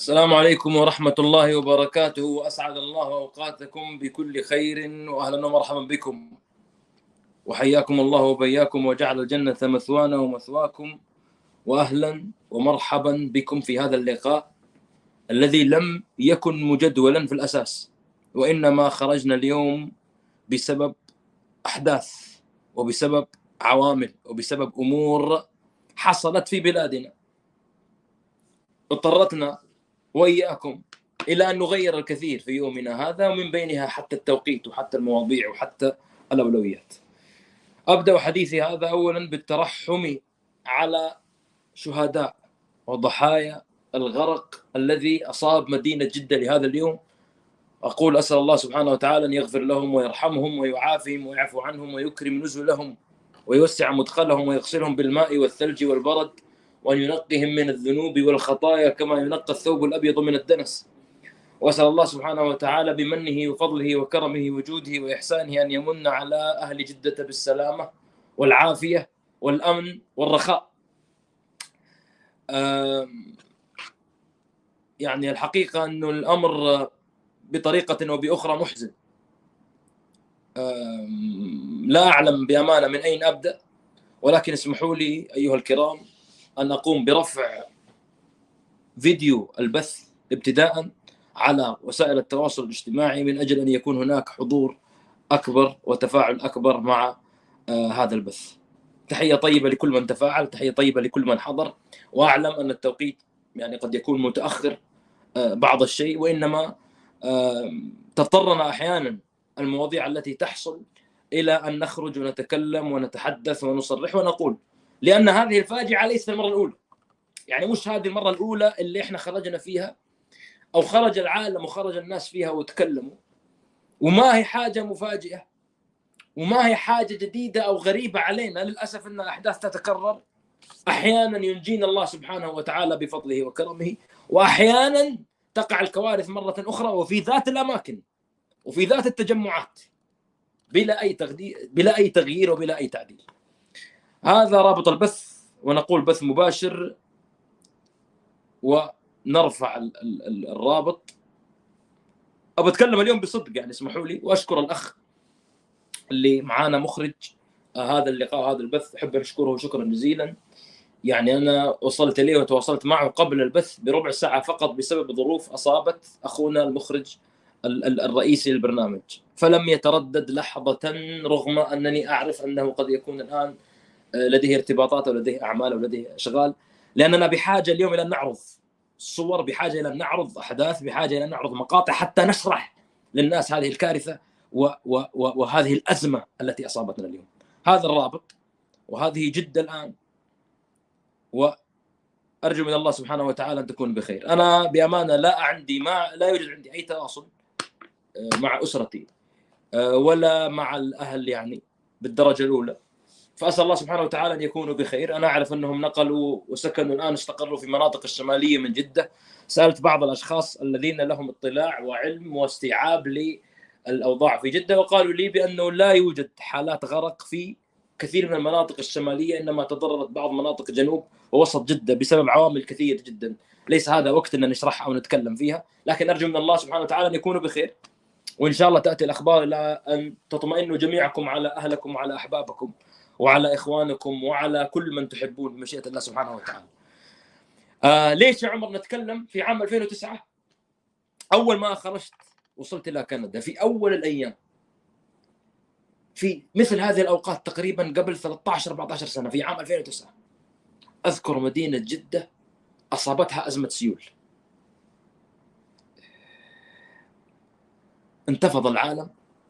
السلام عليكم ورحمة الله وبركاته، وأسعد الله أوقاتكم بكل خير، وأهلا ومرحبا بكم، وحياكم الله وبياكم، وجعل الجنة مثوانا ومثواكم، وأهلا ومرحبا بكم في هذا اللقاء الذي لم يكن مجدولا في الأساس، وإنما خرجنا اليوم بسبب أحداث وبسبب عوامل وبسبب أمور حصلت في بلادنا اضطرتنا وإياكم إلى أن نغير الكثير في يومنا هذا، ومن بينها حتى التوقيت وحتى المواضيع وحتى الأولويات. أبدأ حديثي هذا أولا بالترحم على شهداء وضحايا الغرق الذي أصاب مدينة جدة لهذا اليوم. أقول أسأل الله سبحانه وتعالى أن يغفر لهم ويرحمهم ويعافيهم ويعفو عنهم ويكرم نزلهم ويوسع مدخلهم ويغسلهم بالماء والثلج والبرد، وأن ينقهم من الذنوب والخطايا كما ينقى الثوب الأبيض من الدنس. وأسأل الله سبحانه وتعالى بمنه وفضله وكرمه وجوده وإحسانه أن يمن على أهل جدة بالسلامة والعافية والأمن والرخاء. يعني الحقيقة أنه الأمر بطريقة أو بأخرى محزن. لا أعلم بأمانة من أين أبدأ، ولكن اسمحوا لي أيها الكرام أن أقوم برفع فيديو البث ابتداء على وسائل التواصل الاجتماعي من أجل أن يكون هناك حضور أكبر وتفاعل أكبر مع هذا البث. تحية طيبة لكل من تفاعل، تحية طيبة لكل من حضر، وأعلم أن التوقيت يعني قد يكون متأخر بعض الشيء، وإنما تضطرنا أحيانا المواضيع التي تحصل إلى أن نخرج ونتكلم ونتحدث ونصرح ونقول، لأن هذه الفاجعة ليست المرة الأولى. يعني مش هذه المرة الأولى اللي إحنا خرجنا فيها أو خرج العالم وخرج الناس فيها وتكلموا، وما هي حاجة مفاجئة وما هي حاجة جديدة أو غريبة علينا. للأسف أن الأحداث تتكرر، أحيانا ينجينا الله سبحانه وتعالى بفضله وكرمه، وأحيانا تقع الكوارث مرة أخرى وفي ذات الأماكن وفي ذات التجمعات بلا أي تغيير وبلا أي تعديل. هذا رابط البث، ونقول بث مباشر ونرفع الرابط. أبى أتكلم اليوم بصدق، يعني اسمحوا لي، وأشكر الأخ اللي معانا مخرج هذا اللقاء هذا البث، أحب أشكره شكرا جزيلا. يعني أنا وصلت إليه وتواصلت معه قبل البث بربع ساعة فقط بسبب ظروف أصابت أخونا المخرج الرئيسي للبرنامج، فلم يتردد لحظة رغم أنني أعرف أنه قد يكون الآن لديه ارتباطات ولديه أعمال ولديه أشغال، لأننا بحاجة اليوم إلى أن نعرض صور، بحاجة إلى أن نعرض أحداث، بحاجة إلى أن نعرض مقاطع حتى نشرح للناس هذه الكارثة وهذه الأزمة التي أصابتنا اليوم. هذا الرابط وهذه جدة الآن، وأرجو من الله سبحانه وتعالى أن تكون بخير. أنا بأمانة لا يوجد عندي أي تواصل مع أسرتي ولا مع الأهل يعني بالدرجة الأولى، فأسأل الله سبحانه وتعالى أن يكونوا بخير. أنا أعرف أنهم نقلوا وسكنوا الآن، استقروا في مناطق الشمالية من جدة. سألت بعض الأشخاص الذين لهم اطلاع وعلم واستيعاب للأوضاع في جدة، وقالوا لي بأنه لا يوجد حالات غرق في كثير من المناطق الشمالية، إنما تضررت بعض مناطق جنوب ووسط جدة بسبب عوامل كثير جدا ليس هذا وقت أن نشرحها أو نتكلم فيها، لكن أرجو من الله سبحانه وتعالى أن يكونوا بخير، وإن شاء الله تأتي الأخبار إلى أن تطمئنوا جميعكم على أهلكم وعلى أحبابكم وعلى إخوانكم وعلى كل من تحبون بمشيئة الله سبحانه وتعالى. ليش يا عمر نتكلم في عام 2009؟ أول ما خرجت وصلت إلى كندا في أول الأيام، في مثل هذه الأوقات تقريبا قبل 13-14 سنة، في عام 2009 أذكر مدينة جدة أصابتها أزمة سيول. انتفض العالم،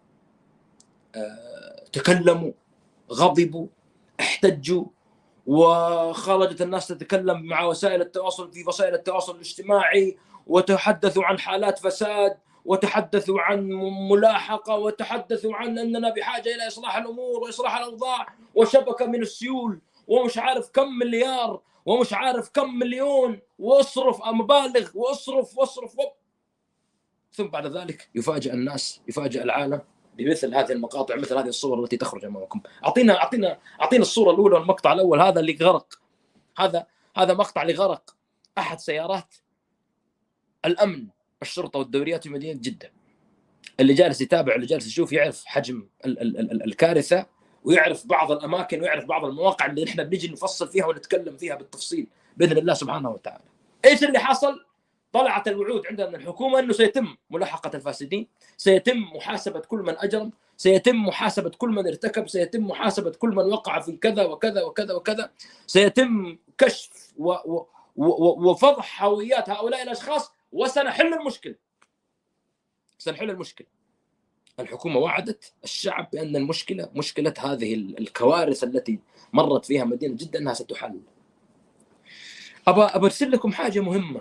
تكلموا، غضبوا، احتجوا، وخرجت الناس تتكلم مع وسائل التواصل في وسائل التواصل الاجتماعي، وتحدثوا عن حالات فساد، وتحدثوا عن ملاحقة، وتحدثوا عن أننا بحاجة إلى إصلاح الأمور وإصلاح الأوضاع، وشبكة من السيول، ومش عارف كم مليار ومش عارف كم مليون، واصرف مبالغ واصرف. ثم بعد ذلك يفاجئ الناس، يفاجئ العالم بمثل هذه المقاطع، مثل هذه الصور التي تخرج امامكم. اعطينا الصوره الاولى والمقطع الاول، هذا اللي غرق، هذا مقطع لغرق احد سيارات الامن، الشرطه والدوريات في مدينه جده. اللي جالس يتابع، اللي جالس يشوف، يعرف حجم الكارثه، ويعرف بعض الاماكن، ويعرف بعض المواقع اللي احنا بنجي نفصل فيها ونتكلم فيها بالتفصيل باذن الله سبحانه وتعالى. ايش اللي حصل؟ طلعت الوعود عندنا من الحكومه انه سيتم ملاحقه الفاسدين، سيتم محاسبه كل من اجرم، سيتم محاسبه كل من ارتكب، سيتم محاسبه كل من وقع في كذا وكذا وكذا وكذا، سيتم كشف وفضح هويات هؤلاء الاشخاص، وسنحل المشكله. سنحل المشكله. الحكومه وعدت الشعب بان المشكله، مشكله هذه الكوارث التي مرت فيها مدينه جده، انها ستحل. ابى ارسل لكم حاجه مهمه.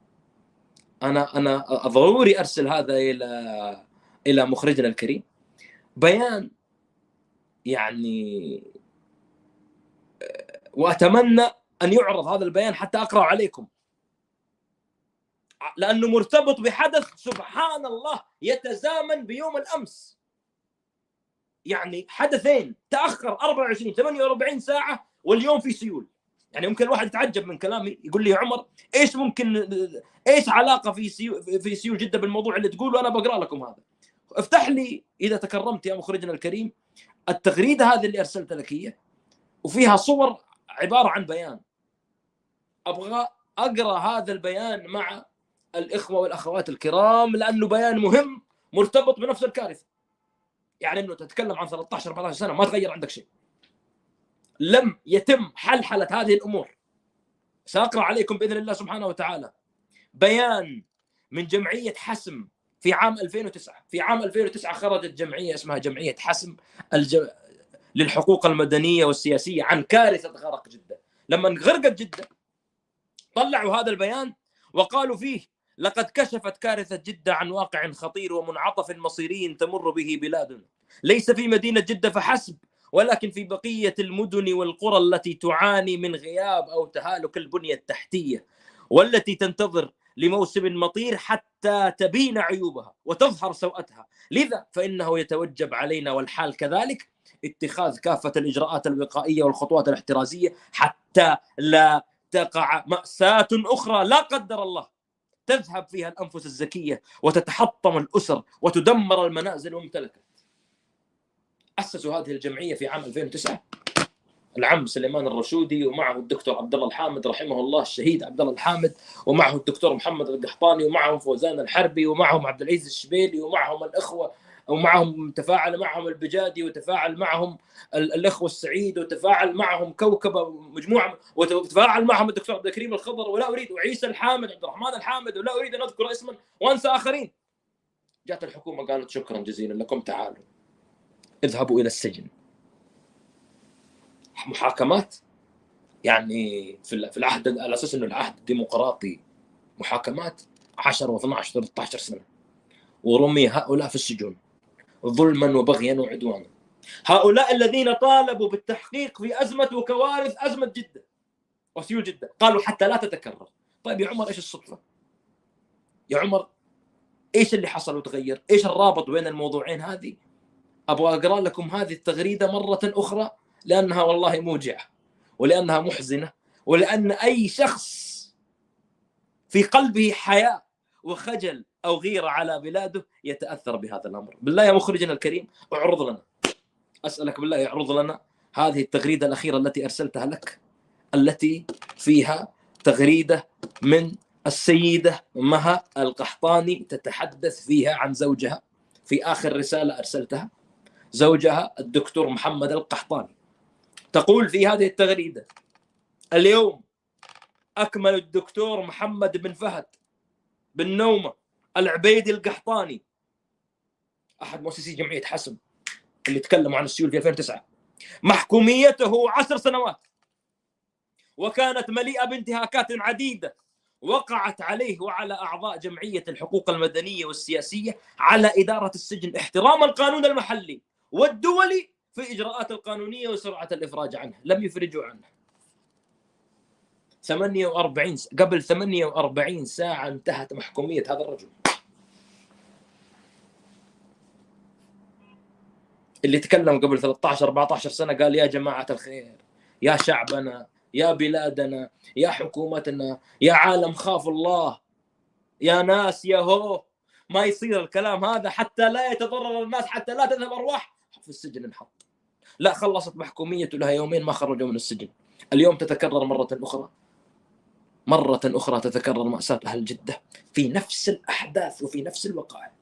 انا ضروري ارسل هذا الى مخرجنا الكريم، بيان يعني، واتمنى ان يعرض هذا البيان حتى اقرأ عليكم، لانه مرتبط بحدث سبحان الله يتزامن بيوم الامس. يعني حدثين تاخر 24 48 ساعه، واليوم في سيول. يعني ممكن الواحد يتعجب من كلامي، يقول لي يا عمر ايش ممكن، ايش علاقه في سيول جده بالموضوع اللي تقوله؟ انا بقرا لكم هذا. افتح لي اذا تكرمت يا مخرجنا الكريم التغريده هذه اللي ارسلت لك هي، وفيها صور عباره عن بيان. ابغى اقرا هذا البيان مع الاخوه والاخوات الكرام، لانه بيان مهم مرتبط بنفس الكارثه. يعني انه تتكلم عن 13 14 سنه ما تغير عندك شيء، لم يتم حلحله هذه الامور. ساقرا عليكم باذن الله سبحانه وتعالى بيان من جمعيه حسم في عام 2009. في عام 2009 خرجت جمعيه اسمها جمعيه حسم للحقوق المدنيه والسياسيه عن كارثه غرق جده. لما غرقت جده طلعوا هذا البيان وقالوا فيه: لقد كشفت كارثة جدة عن واقع خطير ومنعطف مصيري تمر به بلادنا، ليس في مدينة جدة فحسب، ولكن في بقية المدن والقرى التي تعاني من غياب أو تهالك البنية التحتية، والتي تنتظر لموسم مطير حتى تبين عيوبها وتظهر سوءتها. لذا فإنه يتوجب علينا، والحال كذلك، اتخاذ كافة الإجراءات الوقائية والخطوات الاحترازية حتى لا تقع مأساة أخرى لا قدر الله تذهب فيها الأنفس الزكية وتتحطم الأسر وتدمر المنازل والممتلكات. أسسوا هذه الجمعية في عام 2009 العم سليمان الرشودي، ومعه الدكتور عبد الله الحامد رحمه الله، الشهيد عبد الله الحامد، ومعه الدكتور محمد القحطاني، ومعهم فوزان الحربي، ومعهم عبد العزيز الشبيلي، ومعهم الإخوة، ومعهم تفاعل معهم البجادي، وتفاعل معهم الإخوة السعيد، وتفاعل معهم كوكبة مجموعة، وتفاعل معهم الدكتور عبد الكريم الخضر، ولا أريد، وعيسى الحامد، عبد الرحمن الحامد، ولا أريد أن أذكر اسما وأنسى آخرين. جاءت الحكومة قالت: شكرا جزيلا لكم، تعالوا اذهبوا إلى السجن. محاكمات، يعني في العهد، على اساس انه العهد الديمقراطي محاكمات 10 و12 13 سنه، ورمي هؤلاء في السجون ظلما وبغيا وعدوانا. هؤلاء الذين طالبوا بالتحقيق في ازمه وكوارث ازمه جده وسيول جده، قالوا حتى لا تتكرر. طيب يا عمر ايش الصدفه؟ يا عمر ايش اللي حصل وتغير؟ ايش الرابط بين الموضوعين هذه؟ ابغى اقرا لكم هذه التغريده مره اخرى، لانها والله موجعه، ولانها محزنه، ولان اي شخص في قلبه حياء وخجل او غيره على بلاده يتاثر بهذا الامر. بالله يا مخرجنا الكريم اعرض لنا، اسالك بالله اعرض لنا هذه التغريده الاخيره التي ارسلتها لك، التي فيها تغريده من السيده مها القحطاني تتحدث فيها عن زوجها. في اخر رساله ارسلتها زوجها الدكتور محمد القحطاني تقول في هذه التغريده: اليوم أكمل الدكتور محمد بن فهد بن نومة العبيدي القحطاني، أحد مؤسسي جمعية حسم اللي تكلموا عن السيول في 2009، محكوميته 10 سنوات، وكانت مليئة بانتهاكات عديدة وقعت عليه وعلى أعضاء جمعية الحقوق المدنية والسياسية على إدارة السجن احترام القانون المحلي والدولي في إجراءات القانونية وسرعة الإفراج عنه. لم يفرجوا عنه. 48 قبل 48 ساعة انتهت محكومية هذا الرجل اللي تكلم قبل 13 14 سنة، قال: يا جماعة الخير، يا شعبنا، يا بلادنا، يا حكومتنا، يا عالم خاف الله، يا ناس يا هو، ما يصير الكلام هذا حتى لا يتضرر الناس، حتى لا تذهب أرواح. في السجن انحط. لا، خلصت محكوميته لها يومين ما خرجوا من السجن. اليوم تتكرر مرة أخرى، مرة أخرى تتكرر مأساة أهل جدة في نفس الأحداث وفي نفس الوقائع،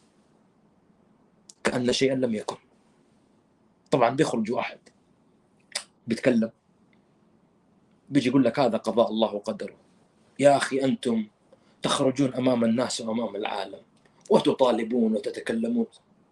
كأن شيئا لم يكن. طبعا بيخرج واحد بيتكلم، بيجي يقول لك هذا قضاء الله وقدره. يا أخي أنتم تخرجون أمام الناس وأمام العالم وتطالبون وتتكلمون،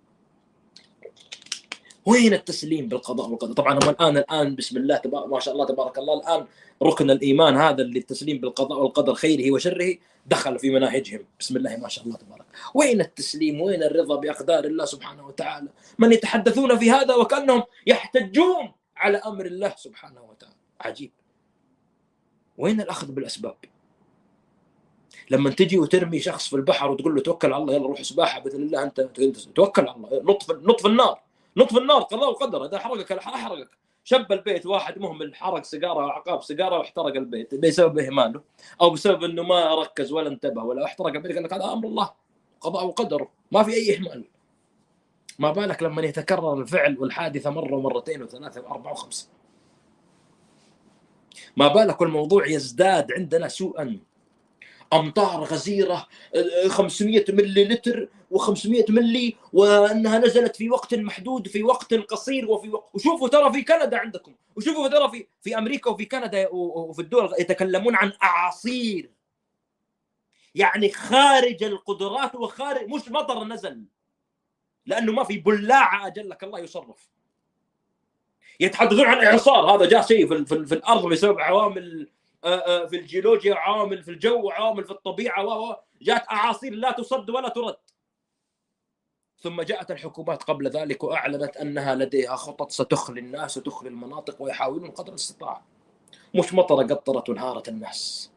وين التسليم بالقضاء والقدر؟ طبعا هم الآن بسم الله ما شاء الله تبارك الله، الآن ركن الإيمان هذا اللي التسليم بالقضاء والقدر خيره وشره دخل في مناهجهم، بسم الله ما شاء الله تبارك. وين التسليم؟ وين الرضا بأقدار الله سبحانه وتعالى؟ من يتحدثون في هذا وكأنهم يحتجون على أمر الله سبحانه وتعالى. عجيب. وين الأخذ بالأسباب؟ لما تجي وترمي شخص في البحر وتقول له توكل على الله، يلا روح سباحة بإذن الله، أنت توكل على الله، نطف النار، نطف النار، قضاء وقدر. إذا حرقك أحرقك. شب البيت واحد مهمل، حرق سيجارة وعقاب سيجارة واحترق البيت بسبب إهماله أو بسبب إنه ما ركز ولا انتبه ولا احترق البيت، قال لك هذا أمر الله قضاء وقدره، ما في أي إهمال. ما بالك لما يتكرر الفعل والحادثة مرة ومرتين وثلاثة وأربعة وخمسة؟ ما بالك والموضوع يزداد عندنا سوءا. أمطار غزيرة 500 ملي لتر و500 ملي، وأنها نزلت في وقت محدود في وقت قصير وشوفوا ترى في كندا عندكم، وشوفوا ترى في أمريكا وفي كندا وفي الدول يتكلمون عن أعاصير، يعني خارج القدرات وخارج، مش مطر نزل لأنه ما في بلاعة أجلك الله يصرف. يتحدثون عن إعصار، هذا جاء شيء في الأرض بسبب عوامل في الجيولوجيا، عوامل في الجو، عوامل في الطبيعة، جاءت أعاصير لا تصد ولا ترد. ثم جاءت الحكومات قبل ذلك وأعلنت أنها لديها خطط ستخلي الناس وتخلي المناطق، ويحاولون قدر الاستطاعة. مش مطر قطرت وانهارت الناس.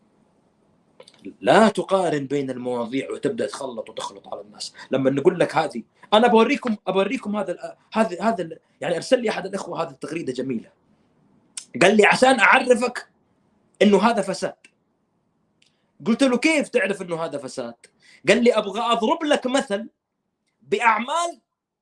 لا تقارن بين المواضيع وتبدأ تخلط وتخلط على الناس. لما نقول لك هذه، أنا بوريكم هذا يعني أرسل لي أحد الإخوة هذه التغريدة جميلة، قال لي عشان أعرفك إنه هذا فساد. قلت له كيف تعرف إنه هذا فساد؟ قال لي أبغى أضرب لك مثل بأعمال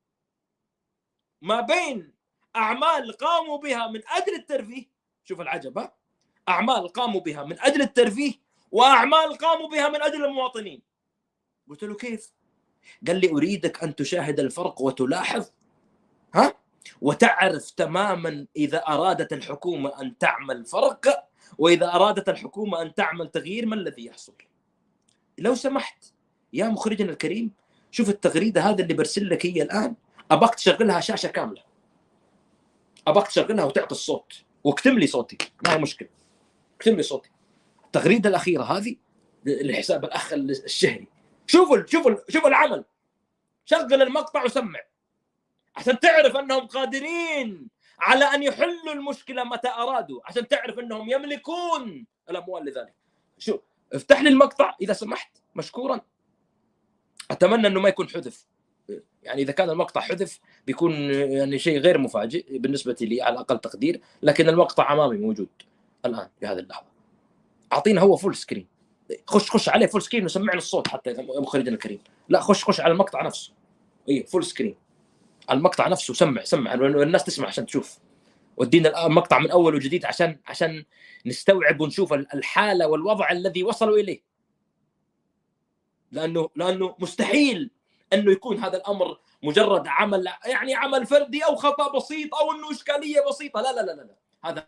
ما بين أعمال قاموا بها من أجل الترفيه. شوف العجب، ها؟ أعمال قاموا بها من أجل الترفيه وأعمال قاموا بها من أجل المواطنين. قلت له كيف؟ قال لي أريدك أن تشاهد الفرق وتلاحظ، ها؟ وتعرف تماما إذا أرادت الحكومة أن تعمل فرق وإذا أرادت الحكومة أن تعمل تغيير ما الذي يحصل. لو سمحت يا مخرجنا الكريم، شوف التغريدة هذا اللي برسل لك هي الآن، أباك تشغلها شاشة كاملة، أباك تشغلها وتعطي الصوت واكتم لي صوتي، ما هي مشكلة، اكتم لي صوتي. التغريدة الأخيرة هذه لحساب الأخ الشهري. شوفوا العمل، شغل المقطع وسمع عشان تعرف أنهم قادرين على أن يحلوا المشكلة متى أرادوا، عشان تعرف أنهم يملكون الأموال لذلك. شوف، افتح لي المقطع إذا سمحت مشكورا. أتمنى أنه ما يكون حذف، يعني إذا كان المقطع حذف بيكون يعني شيء غير مفاجئ بالنسبة لي على أقل تقدير، لكن المقطع أمامي موجود الآن في هذه اللحظة. أعطينا هو فول سكرين، خش عليه فول سكرين وسمعنا الصوت حتى يا مخرجنا الكريم. لا، خش على المقطع نفسه، إيه فول سكرين على المقطع نفسه، سمع والناس تسمع عشان تشوف، ودينا المقطع من أول وجديد عشان نستوعب ونشوف الحالة والوضع الذي وصلوا إليه، لأنه مستحيل أنه يكون هذا الأمر مجرد عمل فردي أو خطأ بسيط أو أنه إشكالية بسيطة. لا لا لا لا، هذا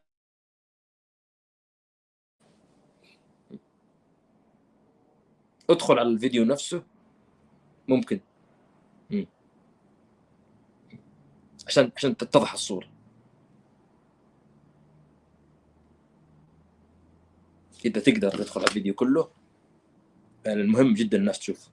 ادخل على الفيديو نفسه ممكن عشان تتضح الصورة. إذا تقدر تدخل على الفيديو كله، يعني المهم جدا الناس تشوف،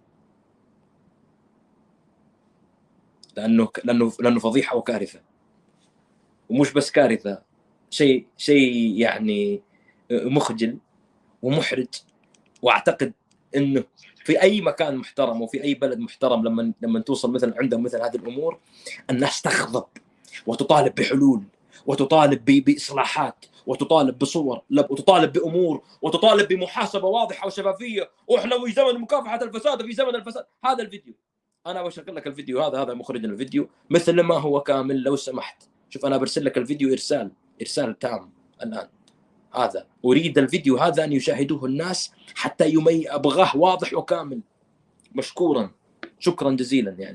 لأنه فضيحة وكارثة، ومش بس كارثة، شيء يعني مخجل ومحرج. واعتقد انه في اي مكان محترم وفي اي بلد محترم لما توصل عندهم مثل هذه الامور، الناس تغضب وتطالب بحلول وتطالب باصلاحات وتطالب بصور وتطالب بامور وتطالب بمحاسبه واضحه وشفافيه، واحنا في زمن مكافحه الفساد وفي زمن الفساد. هذا الفيديو انا بشغل لك الفيديو، هذا مخرج الفيديو مثل ما هو كامل لو سمحت. شوف انا برسل لك الفيديو ارسال تام الان. هذا اريد الفيديو هذا ان يشاهدوه الناس حتى ابغاه واضح وكامل. مشكورا، شكرا جزيلا. يعني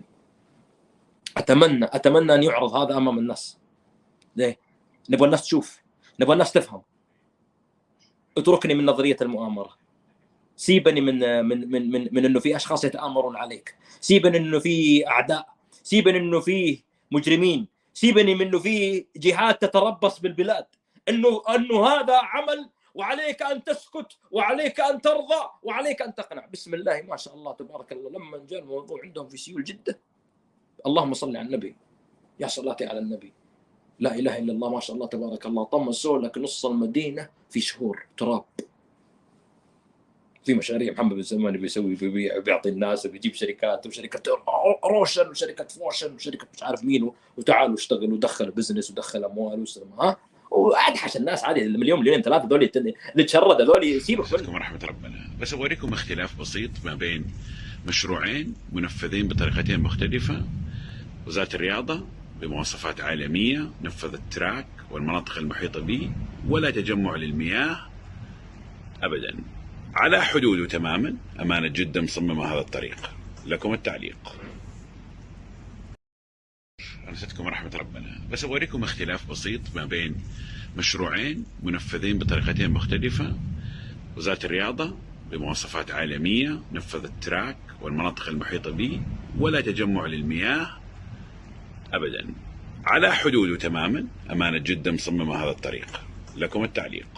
اتمنى ان يعرض هذا امام الناس. ليه؟ نبغى الناس تشوف، نبغى الناس تفهم. اتركني من نظريه المؤامره، سيبني من انه في اشخاص يتآمرون عليك، سيبني انه في اعداء، سيبني انه في مجرمين، سيبني من انه في جهات تتربص بالبلاد، انه هذا عمل وعليك ان تسكت وعليك ان ترضى وعليك ان تقنع. بسم الله ما شاء الله تبارك الله. لما جاء الموضوع عندهم في سيول جده، اللهم صل على النبي، يا صلاتي على النبي، لا اله الا الله، ما شاء الله تبارك الله، طمسوا لك نص المدينه في شهور تراب. في مشاريع محمد بن سلمان بيسوي، بيعطي الناس، بيجيب شركات وشركه روشن وشركه فوشن وشركه مش عارف مين، وتعالوا اشتغلوا ودخل بزنس ودخل اموال وسلم. ها وادحش الناس عادي. المليون مليونين ثلاثه ذول اللي تشرد هذول سيبك منهم ورحمه ربنا. بس اوريكم اختلاف بسيط ما بين مشروعين منفذين بطريقتين مختلفه. وزاره الرياضه بمواصفات عالميه نفذت تراك والمناطق المحيطه به ولا تجمع للمياه ابدا، على حدوده تماما. امانه جدا مصممه هذا الطريق. لكم التعليق. انستكم ورحمه ربنا. بس اوريكم اختلاف بسيط ما بين مشروعين منفذين بطريقتين مختلفه. وزاره الرياضه بمواصفات عالميه نفذت تراك والمناطق المحيطه به ولا تجمع للمياه ابدا، على حدوده تماما. امانه جدا مصممه هذا الطريق. لكم التعليق.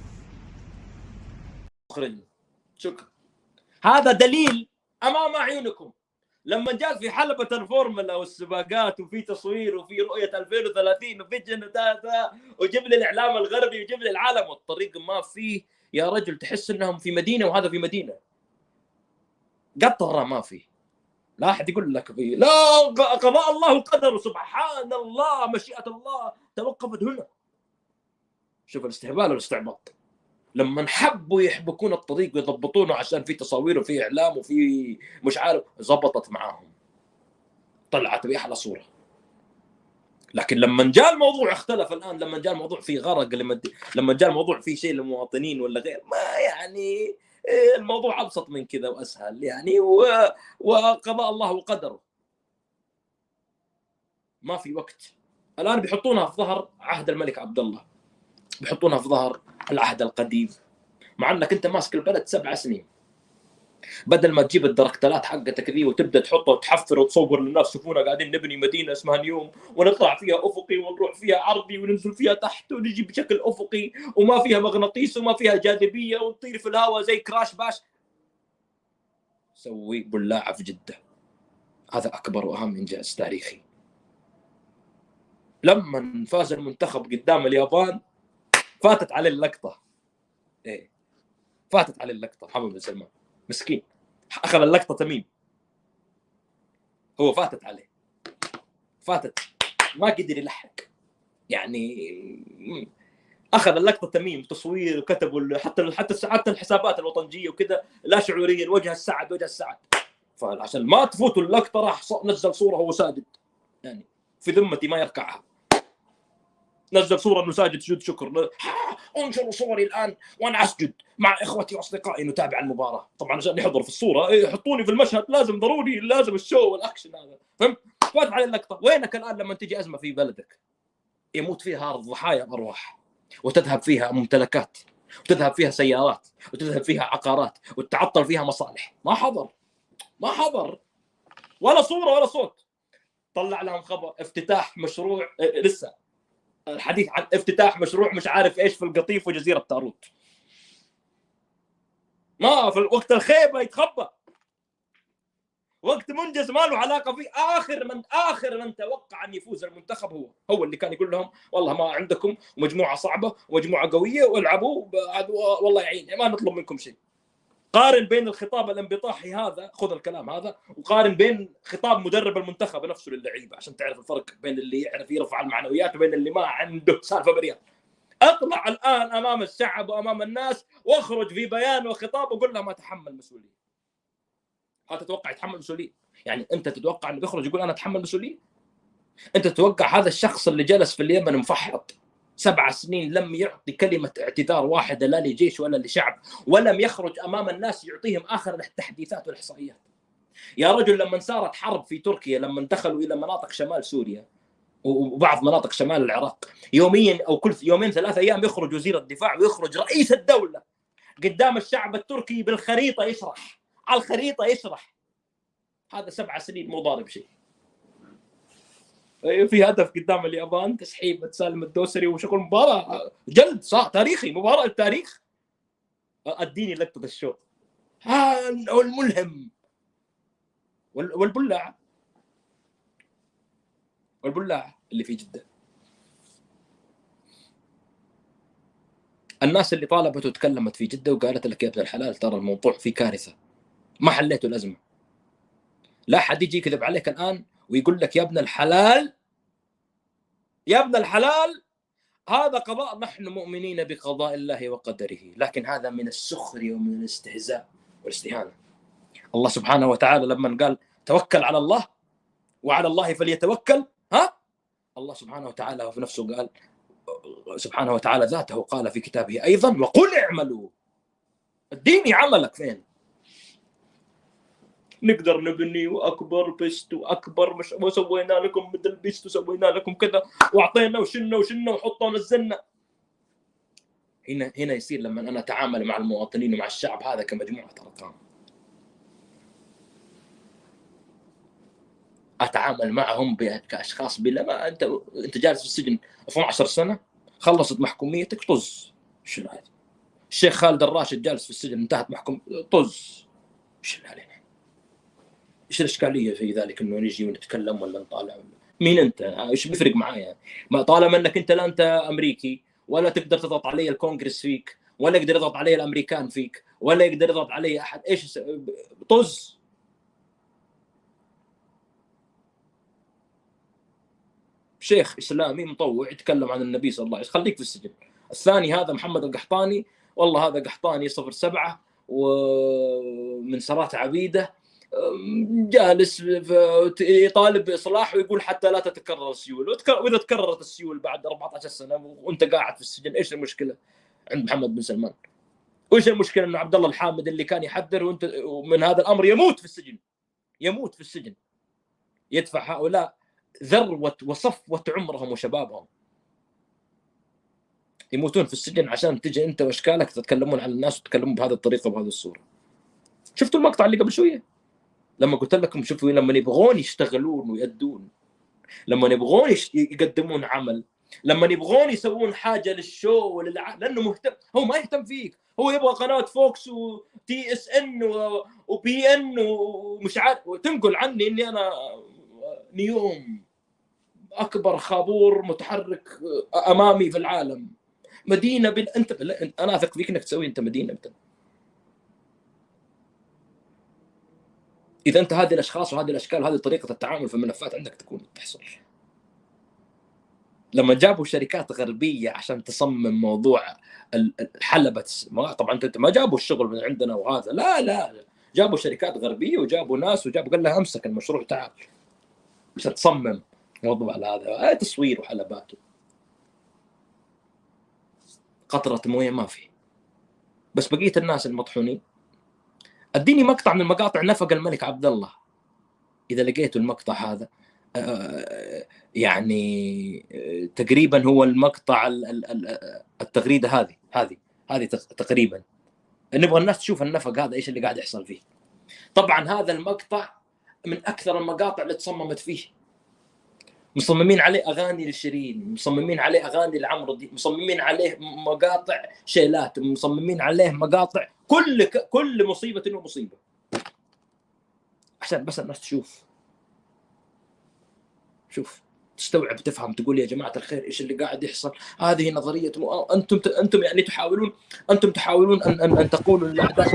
شكرا. هذا دليل امام اعينكم. لما جاء في حلبة الفورمولا والسباقات وفي تصوير وفي رؤية 2030 وفي جنة وجيب لي الإعلام الغربي وجيب لي العالم، والطريق ما فيه يا رجل، تحس إنهم في مدينة وهذا في مدينة. قطرة ما فيه، لا أحد يقول لك فيه. لا، قضاء الله وقدره، سبحان الله، مشيئة الله توقفت هنا. شوف الاستهبال والاستعباط. لما حبوا يحبكون الطريق ويضبطونه عشان في تصاوير وفي اعلام وفي مش عارف، زبطت معاهم، طلعت باحلى صوره. لكن لما جاء الموضوع اختلف الان. لما جاء الموضوع في غرق، لما جاء الموضوع في شيء للمواطنين ولا غير، ما يعني الموضوع ابسط من كذا واسهل يعني، وقضاء الله وقدره. ما في وقت. الان بيحطونها في ظهر عهد الملك عبد الله، بيحطونها في ظهر العهد القديم، مع انك انت ماسك البلد 7 سنين. بدل ما تجيب الدركتلات حقتك ذي وتبدا تحطها وتحفر وتصور للناس يشوفونا قاعدين نبني مدينه اسمها نيوم، ونطلع فيها افقي ونروح فيها عرضي وننزل فيها تحت ونجي بشكل افقي وما فيها مغناطيس وما فيها جاذبيه ونطير في الهواء زي كراش باش. سوي بلاعه في جده. هذا اكبر واهم انجاز تاريخي. لما فاز المنتخب قدام اليابان فاتت عليه اللقطه. ايه فاتت عليه اللقطه. محمد بن سلمان مسكين اخذ اللقطه تميم، هو فاتت عليه، فاتت، ما قدر يلحق يعني. اخذ اللقطه تميم تصوير وكتبوا حتى الحسابات الوطنجيه وكذا لا شعوريا وجه السعد. فعشان ما تفوتوا اللقطه راح نزل صوره هو ساجد، يعني في ذمتي ما يركعها. نزل صوره انه ساجد سجود شكر. انشروا صوري الان وانا اسجد مع اخوتي واصدقائي نتابع المباراه. طبعا عشان يحضروا في الصوره يحطوني في المشهد، لازم ضروري، لازم الشو والاكشن هذا، فهمت؟ فات على اللقطه. وينك الان لما تجي ازمه في بلدك يموت فيها الضحايا ارواح، وتذهب فيها ممتلكات، وتذهب فيها سيارات، وتذهب فيها عقارات، وتتعطل فيها مصالح؟ ما حضر ولا صوره ولا صوت. طلع لهم خبر افتتاح مشروع، لسه الحديث عن افتتاح مشروع مش عارف ايش في القطيف وجزيره تاروت. ما في وقت الخيبه يتخبى، وقت منجز ما له علاقه فيه. اخر من توقع ان يفوز المنتخب هو اللي كان يقول لهم والله ما عندكم، مجموعه صعبه ومجموعه قويه والعبوا والله يعين، ما نطلب منكم شيء. قارن بين الخطاب الانبطاحي هذا، خذ الكلام هذا، وقارن بين خطاب مدرب المنتخب نفسه للعيبه عشان تعرف الفرق بين اللي يعرف يرفع المعنويات وبين اللي ما عنده سالفه بريال. اطلع الان امام الشعب وامام الناس واخرج في بيان وخطاب وقول لهم اتحمل مسؤوليه. هل تتوقع يتحمل مسؤوليه؟ يعني انت تتوقع انه بيخرج يقول انا اتحمل مسؤوليه؟ انت تتوقع هذا الشخص اللي جلس في اليمن مفحط 7 سنين لم يعطي كلمه اعتذار واحده لا لجيش ولا لشعب، ولم يخرج امام الناس يعطيهم اخر التحديثات والاحصائيات؟ يا رجل لما صارت حرب في تركيا، لما دخلوا الى مناطق شمال سوريا وبعض مناطق شمال العراق، يوميا او كل يومين 3 ايام يخرج وزير الدفاع ويخرج رئيس الدوله قدام الشعب التركي بالخريطه يشرح، على الخريطه يشرح. هذا 7 سنين مو ضارب شيء. في هدف قدام اليابان، تسحيب سالم الدوسري وشغل مباراه جلد صح تاريخي، مباراه التاريخ. اديني لقطه الشوط والملهم والبلاع اللي في جده. الناس اللي طالبت وتكلمت في جده وقالت لك يا ابن الحلال ترى الموضوع فيه كارثه، ما حليتوا الازمه. لا حد يجي يكذب عليك الان ويقول لك يا ابن الحلال هذا قضاء، نحن مؤمنين بقضاء الله وقدره، لكن هذا من السخرية ومن الاستهزاء والاستهانة. الله سبحانه وتعالى لما قال توكل على الله وعلى الله فليتوكل، الله سبحانه وتعالى في نفسه قال سبحانه وتعالى ذاته قال في كتابه أيضا وقل اعملوا. اديني عملك فين؟ نقدر نبني واكبر بست واكبر مش وسوينا لكم مثل بست وسوينا لكم كذا واعطينا وشلنا وحطوا ونزلنا. هنا يصير لما انا اتعامل مع المواطنين ومع الشعب هذا كمجموعه ارقام، اتعامل معهم كاشخاص بلا ما انت جالس في السجن 12 سنه خلصت محكوميتك طز. شنو هذا؟ الشيخ خالد الراشد جالس في السجن انتهت محكوم طز. شنو علينا؟ ايش الاشكاليه في ذلك انه نجي ونتكلم ولا نطالع؟ مين انت؟ ايش بيفرق معايا؟ ما طالما انك انت لا انت امريكي ولا تقدر تضغط علي الكونغرس فيك ولا يقدر يضغط علي الامريكان فيك ولا يقدر يضغط علي احد. ايش طز؟ شيخ اسلامي مطوع يتكلم عن النبي صلى الله عليه وسلم خليك في السجن. الثاني هذا محمد القحطاني، والله هذا قحطاني 07 ومن سرات عبيده جالس يطالب باصلاح ويقول حتى لا تتكرر السيول، واذا تكررت السيول بعد 14 سنه وانت قاعد في السجن ايش المشكله عند محمد بن سلمان؟ وايش المشكله انه عبد الله الحامد اللي كان يحذر وانت من هذا الامر يموت في السجن يدفع هؤلاء ذروه وصفوه عمرهم وشبابهم يموتون في السجن عشان تجي انت واشكالك تتكلمون على الناس وتتكلمون بهذه الطريقه وبهذه الصوره. شفتوا المقطع اللي قبل شويه لما قلت لكم شوفوا لما يبغون يشتغلون ويأدون، لما يبغون يقدمون عمل، لما يبغون يسوون حاجه للشو لانه مهتم، هو ما يهتم فيك، هو يبغى قناه فوكس وتي اس ان وبي ان ومش عارف وتنقل عني اني انا نيوم اكبر خابور متحرك امامي في العالم، مدينه انت انا اثق فيك انك تسوي انت مدينه انت. اذا انت هذه الاشخاص وهذه الاشكال وهذه طريقه التعامل في الملفات عندك تكون تحصل. لما جابوا شركات غربيه عشان تصمم موضوع حلبة، طبعا انت ما جابوا الشغل من عندنا وهذا، لا جابوا شركات غربيه وجابوا ناس وجابوا قال لها امسك المشروع تعال عشان تصمم موضوع هذا تصوير وحلبات. قطره مويه ما في. بس بقيه الناس المطحونين. اديني مقطع من مقاطع نفق الملك عبد الله اذا لقيتوا المقطع هذا، يعني تقريبا هو المقطع التغريده هذه تقريبا نبغى الناس تشوف النفق هذا ايش اللي قاعد يحصل فيه. طبعا هذا المقطع من اكثر المقاطع اللي تصممت فيه، مصممين عليه اغاني لشيرين، مصممين عليه اغاني لعمرو دياب، مصممين عليه مقاطع شيلات، مصممين عليه مقاطع كل مصيبه ومصيبه عشان بس الناس تشوف تستوعب تفهم تقول يا جماعه الخير ايش اللي قاعد يحصل. هذه نظريه انتم يعني تحاولون ان تقولوا للاحداث.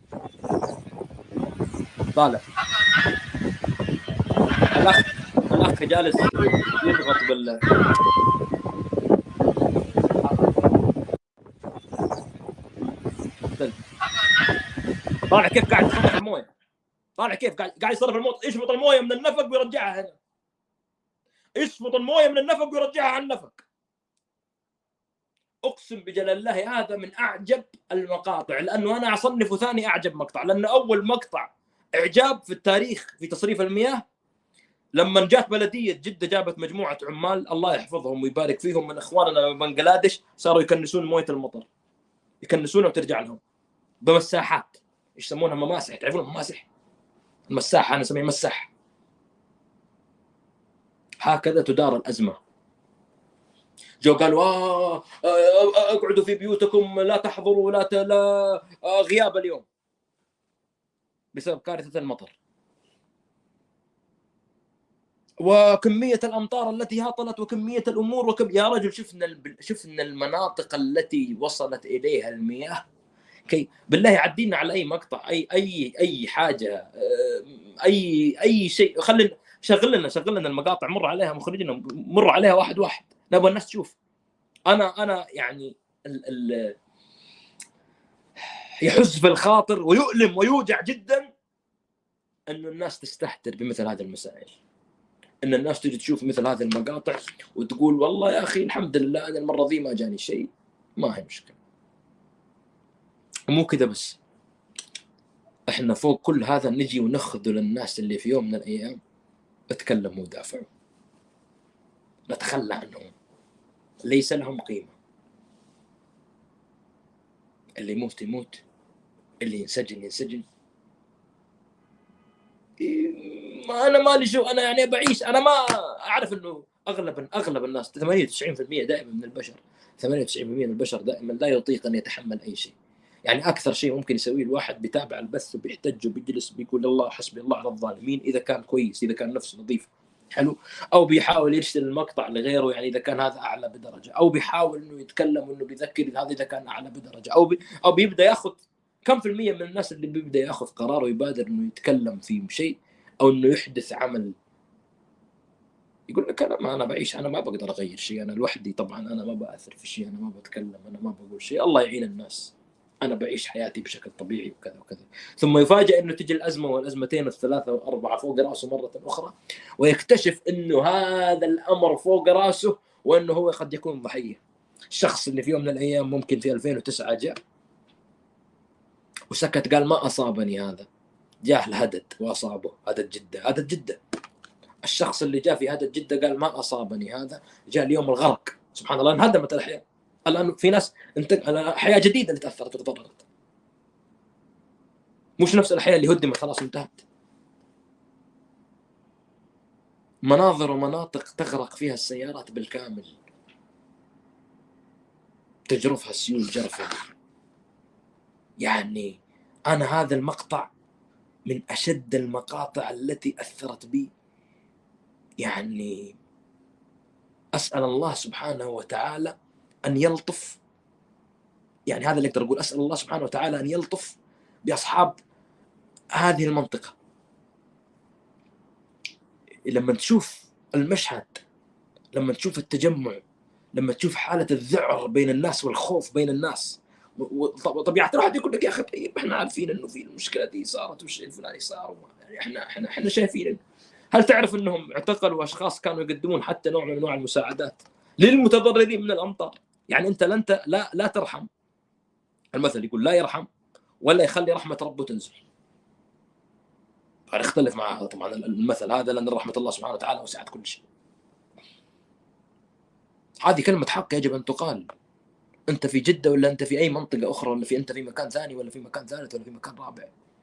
طالع الاخ اخي جالس يضغط بال طالع كيف قاعد يصرف المويه، طالع كيف قاعد يصرف المويه، يشفط المويه من النفق ويرجعها هنا، يشفط المويه من النفق ويرجعها على النفق. اقسم بجلال الله هذا من اعجب المقاطع، لانه انا اصنفه ثاني اعجب مقطع، لانه اول مقطع اعجاب في التاريخ في تصريف المياه لما جات بلديه جده جابت مجموعه عمال الله يحفظهم ويبارك فيهم من اخواننا من بنغلاديش، صاروا يكنسون مويه المطر، يكنسونها وترجع لهم بمساحات، يسمونها مماسح، تعرفون مماسح؟ المساحه انا اسميها مساح. هكذا تدار الازمه. جو قالوا اقعدوا في بيوتكم لا تحضروا لا غياب اليوم بسبب كارثه المطر وكميه الامطار التي هطلت وكميه الامور يا رجل شفنا المناطق التي وصلت اليها المياه. كي بالله عدينا على اي مقطع، اي حاجه، اي شيء، شغل لنا المقاطع، مر عليها مخرجنا، مر عليها واحد واحد، نبغى الناس تشوف. انا يعني يحز في الخاطر ويؤلم ويوجع جدا ان الناس تستهتر بمثل هذه المسائل، ان الناس تجي تشوف مثل هذه المقاطع وتقول والله يا اخي الحمد لله انا المره ذي ما جاني شيء، ما هي مشكله. مو كذا بس، احنا فوق كل هذا نجي ونخذل الناس اللي في يوم من الايام اتكلموا ودافعوا، نتخلى عنهم، ليس لهم قيمه. اللي يموت يموت، اللي ينسجن ينسجن. ما انا مالي شو، انا يعني بعيش، انا ما اعرف انه اغلب الناس 98% دائما من البشر، 98% من البشر دائما لا يطيق ان يتحمل اي شيء. يعني اكثر شيء ممكن يسويه الواحد بيتابع البث وبيحتج وبيجلس بيقول الله حسبي الله على الظالمين، اذا كان كويس، اذا كان نفسه نظيف حلو، او بيحاول يرسل المقطع لغيره، يعني اذا كان هذا اعلى بدرجه، او بيحاول انه يتكلم وانه بيذكر هذا اذا كان اعلى بدرجه، او بيبدا ياخذ كم في المية من الناس اللي بيبدا ياخذ قرار ويبادر انه يتكلم في شيء او انه يحدث عمل، يقول لك انا بعيش، انا ما بقدر اغير شيء، انا لوحدي، طبعا انا ما باثر في شيء، انا ما بتكلم، انا ما بقول شيء، الله يعين الناس، انا بعيش حياتي بشكل طبيعي وكذا وكذا. ثم يفاجئ انه تجي الازمه والازمتين والثلاثه والاربعه فوق راسه مره اخرى، ويكتشف انه هذا الامر فوق راسه وانه هو قد يكون ضحيه. الشخص اللي في يوم من الايام ممكن في 2009 جاء وسكت قال ما اصابني هذا، جاء الهدد واصابه، هدد جده. الشخص اللي جاء في هدد جده قال ما اصابني هذا، جاء اليوم الغرق، سبحان الله انهدمت الاحياء. الان في ناس احياء جديده اللي تاثرت وتضررت، مش نفس الاحياء اللي هدمت خلاص انتهت. مناظر ومناطق تغرق فيها السيارات بالكامل، تجرفها السيول جرفا. يعني انا هذا المقطع من اشد المقاطع التي اثرت بي، يعني اسال الله سبحانه وتعالى ان يلطف، يعني هذا اللي اقدر اقول، اسال الله سبحانه وتعالى ان يلطف باصحاب هذه المنطقه. لما تشوف المشهد، لما تشوف التجمع، لما تشوف حاله الذعر بين الناس والخوف بين الناس، طبيعه الواحد يقول لك يا اخي طيب احنا عارفين انه في المشكله دي صارت والشيء الفلاني صار، يعني احنا شايفين. هل تعرف انهم اعتقلوا اشخاص كانوا يقدمون حتى نوع من انواع المساعدات للمتضررين من الامطار؟ يعني انت لا ترحم، المثل يقول لا يرحم ولا يخلي رحمه ربه تنزل. انا اختلف مع طبعا المثل هذا، لان رحمه الله سبحانه وتعالى وسعت كل شيء. هذه كلمه حق يجب ان تقال. انت في جده ولا انت في اي منطقه اخرى، ولا انت في مكان ثاني ولا في مكان ثالث ولا في مكان رابع،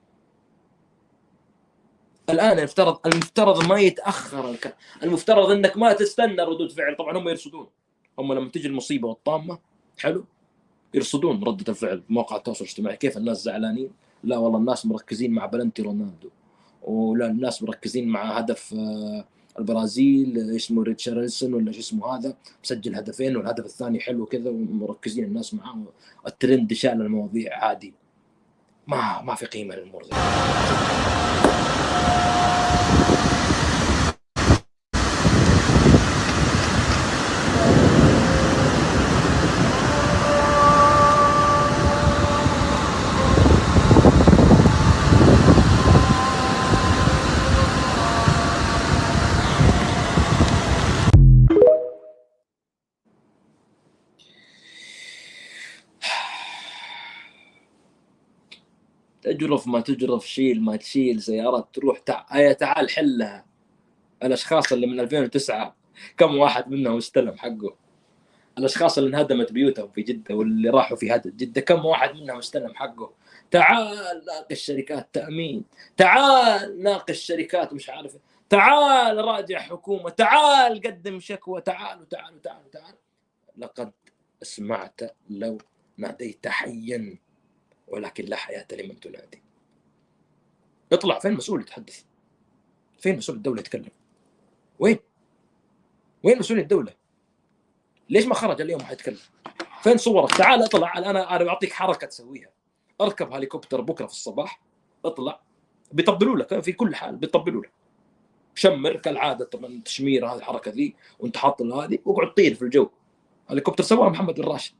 الان المفترض ما يتاخر المفترض انك ما تستنى ردود فعل. طبعا هم يرصدون، هم لما تجي المصيبه والطامه حلو يرصدون رده الفعل في مواقع التواصل الاجتماعي، كيف الناس زعلانين، لا والله الناس مركزين مع بلنتي رونالدو، ولا الناس مركزين مع هدف البرازيل اسمه ريتشارلسون ولا شو اسمه هذا مسجل هدفين والهدف الثاني حلو كذا، ومركزين الناس معاه، الترند شال المواضيع عادي. ما في قيمه للامور زي تجرف ما تجرف، شيل ما تشيل، سيارات تروح تعال حلها. الاشخاص اللي من 2009 كم واحد منهم استلم حقه؟ الاشخاص اللي انهدمت بيوتهم في جده واللي راحوا في هدم جده كم واحد منهم استلم حقه؟ تعال ناقش شركات تامين، تعال ناقش شركات مش عارف، تعال راجع حكومه، تعال قدم شكوى، تعال. لقد سمعت لو ناديت حيا ولكن لا حياه لمن تنادي. اطلع، فين مسؤول يتحدث؟ فين مسؤول الدوله يتكلم؟ وين مسؤول الدوله؟ ليش ما خرج اليوم حيتكلم؟ فين صورك؟ تعال اطلع، انا بعطيك حركه تسويها. اركب هليكوبتر بكره في الصباح، اطلع، بيطبلوا لك في كل حال، بيطبلوا لك. شمر كالعاده، طبعا تشمير هذه الحركه ذي وانت حاط هذه، واقعد طير في الجو. هليكوبتر سواها محمد بن راشد.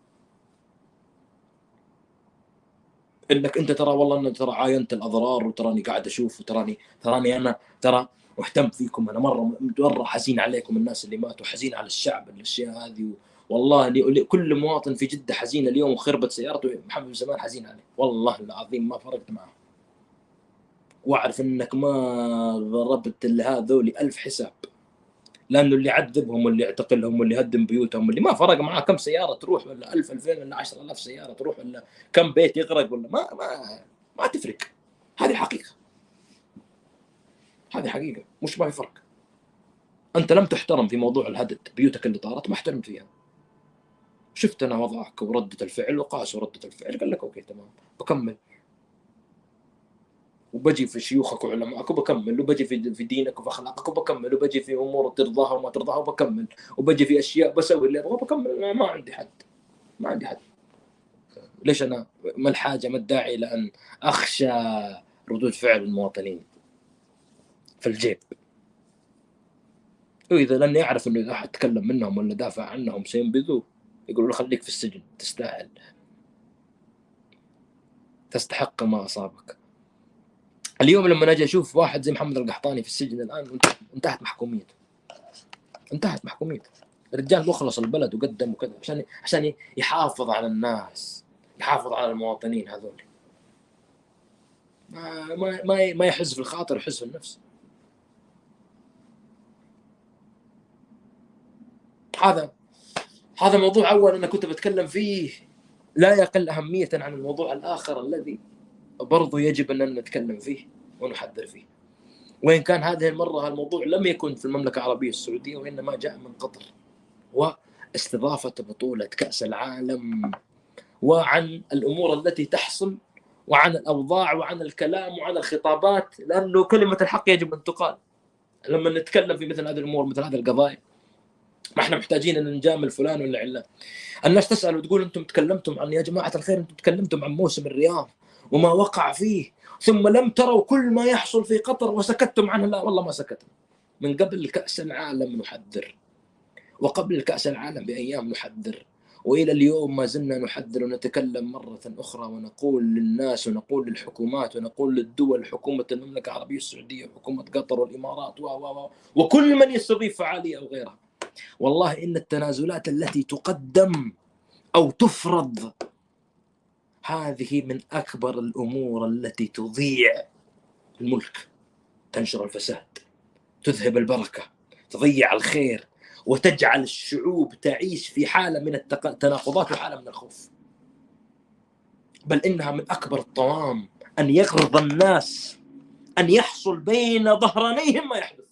انك انت ترى والله ان ترى عاينت الاضرار، وتراني قاعد اشوف، وتراني انا ترى مهتم فيكم، انا مره حزين عليكم الناس اللي ماتوا، حزين على الشعب الاشياء هذه. والله كل مواطن في جده حزين اليوم، وخربت سيارته محمد بن سلمان حزين عليه، والله العظيم ما فرقت معه. واعرف انك ما ضربت لهذول 1000 حساب، لانه اللي عذبهم واللي اعتقلهم واللي هدم بيوتهم واللي ما فرق معاه كم سياره تروح، ولا 1000 2000 ولا 10000 سياره تروح، ولا كم بيت يغرق، ولا ما تفرق. هذه حقيقه، هذه حقيقه، مش ما في فرق. انت لم تحترم في موضوع الهدد، بيوتك اللي طارت ما احترمت فيها. شفت انا وضعك ورده الفعل، وقاسوا رده الفعل، قال لك اوكي تمام بكمل، وبجي في شيوخك وعلمائك وبكمل، وبجي في دينك وفي اخلاقك وبكمل، وبجي في امور ترضاها وما ترضاها وبكمل، وبجي في اشياء بسوي اللي ابغاه وبكمل. أنا ما عندي حد، ما عندي حد. ليش انا؟ ما الحاجه، ما الداعي لان اخشى ردود فعل المواطنين في الجيب. واذا لاني اعرف انه اذا اتكلم منهم ولا دافع عنهم سينبذوه، يقولوا له خليك في السجن، تستاهل، تستحق ما اصابك. اليوم لما اجي اشوف واحد زي محمد القحطاني في السجن الان، انتهت محكوميته، انتهت محكوميته. الرجال مخلص البلد وقدم وكذا عشان يحافظ على الناس، يحافظ على المواطنين هذول. ما يحز في الخاطر، يحز في النفس. هذا موضوع اول انا كنت بتكلم فيه، لا يقل اهميه عن الموضوع الاخر الذي برضو يجب ان نتكلم فيه ونحذر فيه. وإن كان هذه المرة الموضوع لم يكن في المملكة العربية السعودية، وإنما جاء من قطر، واستضافة بطولة كأس العالم، وعن الأمور التي تحصل، وعن الأوضاع، وعن الكلام، وعن الخطابات، لأنه كلمة الحق يجب أن تقال. لما نتكلم في مثل هذه الأمور، مثل هذه القضايا، ما احنا محتاجين أن نجامل فلان ولا علان. الناس تسأل وتقول أنتم تكلمتم عن، يا جماعة الخير، أنتم تكلمتم عن موسم الرياض وما وقع فيه، ثم لم تروا كل ما يحصل في قطر وسكتتم عنه. لا والله ما سكتنا. من قبل كأس العالم نحذر، وقبل كأس العالم بأيام نحذر، وإلى اليوم ما زلنا نحذر ونتكلم مرة أخرى، ونقول للناس ونقول للحكومات ونقول للدول، حكومة المملكة العربية السعودية وحكومة قطر والإمارات وكل من يستضيف فعالية أو غيرها، والله إن التنازلات التي تقدم أو تفرض هذه من أكبر الأمور التي تضيع الملك، تنشر الفساد، تذهب البركة، تضيع الخير، وتجعل الشعوب تعيش في حالة من التناقضات وحالة من الخوف. بل إنها من أكبر الطوام أن يغرض الناس أن يحصل بين ظهرانيهم ما يحدث.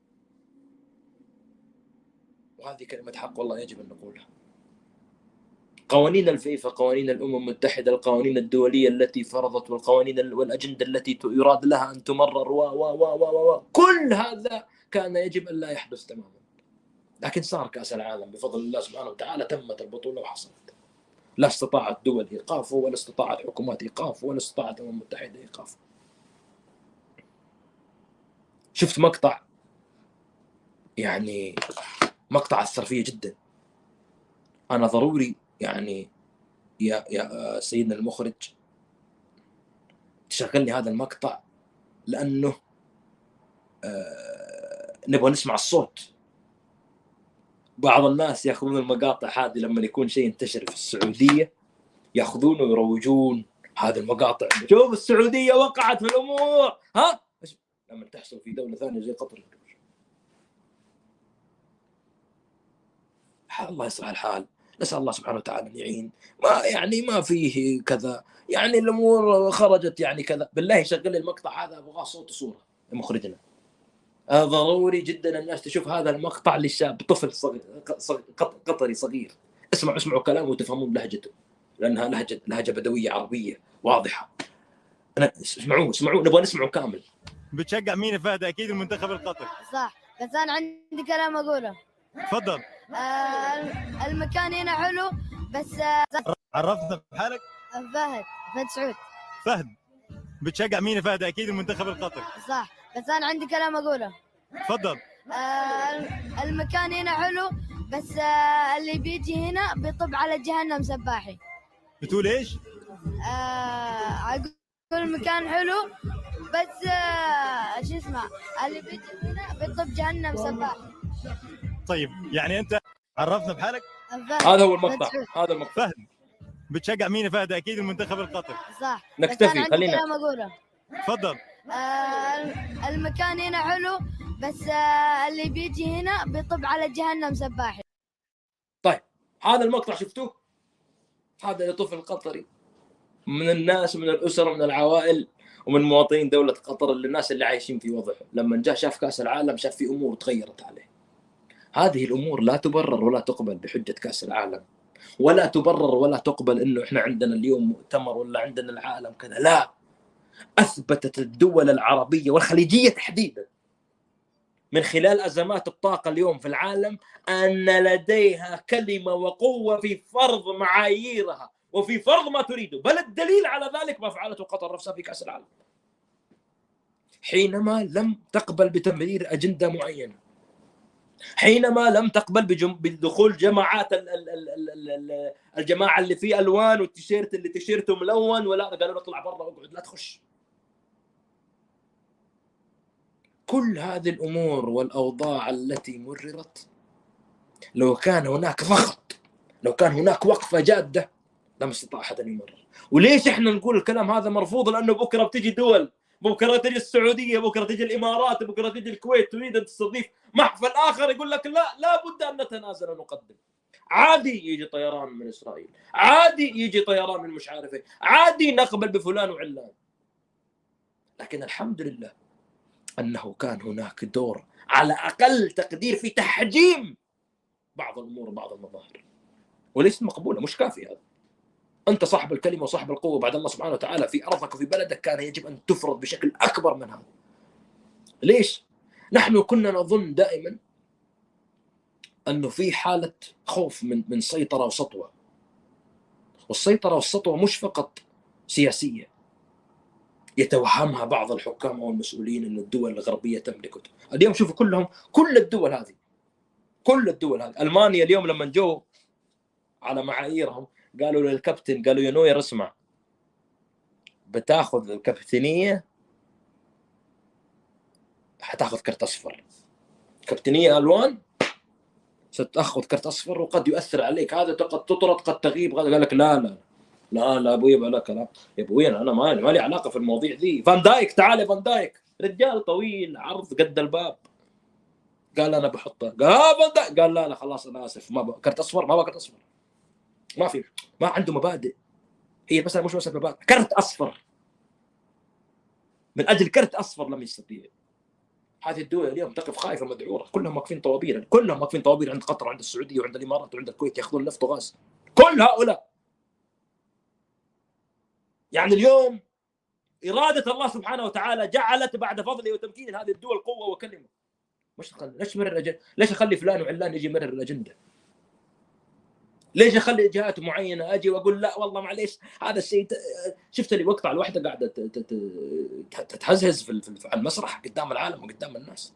وهذه كلمة حق والله يجب أن نقولها. قوانين الفيفا، قوانين الأمم المتحدة، القوانين الدولية التي فرضت، والقوانين والأجندة التي يراد لها أن تمرر كل هذا كان يجب أن لا يحدث تماما. لكن صار كأس العالم بفضل الله سبحانه وتعالى، تمت البطولة وحصلت. لا استطاعت دول إيقافه، ولا استطاعت حكومات إيقافه، ولا استطاعت الأمم المتحدة إيقافه. شفت مقطع، يعني مقطع أثر فيه جدا. أنا ضروري يعني يا سيدنا المخرج تشغل لي هذا المقطع، لأنه نبغى نسمع الصوت. بعض الناس ياخذون المقاطع هذه لما يكون شيء ينتشر في السعودية، ياخذونه ويروجون هذه المقاطع شوف السعوديه وقعت في الامور ها لما تحصل في دوله ثانيه زي قطر. الله يصلح الحال، نسال الله سبحانه وتعالى ان يعين. ما فيه كذا، يعني الامور خرجت يعني كذا. بالله شغل المقطع هذا، ابغى صوت وصوره يا مخرجنا. ضروري جدا الناس تشوف هذا المقطع للشاب، طفل قطري صغير. اسمعوا كلامه وتفهمون لهجته، لانها لهجه بدويه عربيه واضحه. اسمعوا نبغى نسمعه كامل. بتشجع مين يا فهد؟ اكيد المنتخب القطري. صح، بس انا عندي كلام اقوله. تفضل. المكان هنا حلو بس عرفنا بحالك. فهد سعود. فهد، بتشجع مين يا فهد؟ اكيد المنتخب القطري. صح، بس انا عندي كلام اقوله. تفضل. المكان هنا حلو بس اللي بيجي هنا بيطب على جهنم سباحي. بتقول ايش؟ اقول المكان حلو بس شو اسمه اللي بيجي هنا بيطب جهنم سباحي. طيب يعني انت عرفنا بحالك. هذا هو المقطع. هذا المقطع. فهد، بتشجع مين يا فهد؟ اكيد المنتخب القطري. صح، نكتفي. خلينا كلام اقوله. تفضل. المكان هنا حلو بس اللي بيجي هنا بيطب على جهنم سباحي. طيب هذا المقطع شفتوه؟ هذا لطفل قطري من الناس، من الاسر، من العوائل، ومن مواطنين دوله قطر، الناس اللي عايشين في وضعه. لما جاء شاف كاس العالم شاف في امور تغيرت عليه. هذه الامور لا تبرر ولا تقبل بحجه كاس العالم، ولا تبرر ولا تقبل انه احنا عندنا اليوم مؤتمر ولا عندنا العالم كذا. لا، اثبتت الدول العربيه والخليجيه تحديدا من خلال ازمات الطاقه اليوم في العالم ان لديها كلمه وقوه في فرض معاييرها وفي فرض ما تريده. بل الدليل على ذلك ما فعلته قطر نفسها في كاس العالم، حينما لم تقبل بتمرير اجنده معينه، حينما لم تقبل بدخول جماعات الجماعه اللي فيه الوان والتيشيرت اللي تيشيرته ملون، ولا قالوا له اطلع برا واقعد لا تخش. كل هذه الامور والاوضاع التي مررت، لو كان هناك ضغط، لو كان هناك وقفه جاده، لم يستطاع احد ان يمرر. وليش احنا نقول الكلام هذا مرفوض؟ لانه بكره بتجي دول، بكره تجي السعوديه، بكره تجي الامارات، بكره تجي الكويت تريد ان تستضيف محفل اخر، يقول لك لا بد ان نتنازل ونقدم. عادي يجي طيران من اسرائيل، عادي يجي طيران من مش عارف ايه، عادي نقبل بفلان وعلان. لكن الحمد لله انه كان هناك دور على اقل تقدير في تحجيم بعض الامور وبعض المظاهر، وليست مقبوله، مش كافي. هذا انت صاحب الكلمه وصاحب القوه بعد الله سبحانه وتعالى في ارضك وفي بلدك، كان يجب ان تفرض بشكل اكبر من هذا. ليش؟ نحن كنا نظن دائما انه في حاله خوف من سيطره وسطوه، والسيطره والسطوه مش فقط سياسيه يتوهمها بعض الحكام او المسؤولين ان الدول الغربيه تملكه. اليوم شوفوا كل الدول هذه، المانيا اليوم لما جو على معاييرهم قالوا للكابتن، قالوا يا نوير اسمع، بتاخذ الكابتنيه حتاخذ كرت اصفر، كابتنيه الوان ستاخذ كرت اصفر وقد يؤثر عليك، هذا قد تطرد قد تغيب. قال لك لا ابوي بلا كلام يا ابوي، انا ما لي علاقه في المواضيع دي. فان دايك، تعال يا فان دايك، رجال طويل عرض قد الباب، قال انا بحطه، قال فان دايك، قال لا خلاص انا اسف، ما كرت اصفر، ما كرت اصفر، ما عنده مبادئ. هي مثلا مش مسألة مبادئ، كرت اصفر، من اجل كرت اصفر لم يستطيع. هذه الدول اليوم تقف خائفه مذعوره، كلهم واقفين طوابير عند قطر وعند السعوديه وعند الامارات وعند الكويت ياخذون نفط وغاز. كل هؤلاء يعني اليوم اراده الله سبحانه وتعالى جعلت بعد فضله وتمكين هذه الدول قوه وكلمه. ليش اخلي فلان وعلان يجي يمرر الاجنده؟ ليش اخلي جهات معينه اجي واقول لا والله معليش هذا الشيء. شفت لي مقطع الواحده قاعده تتهزهز في المسرح قدام العالم وقدام الناس.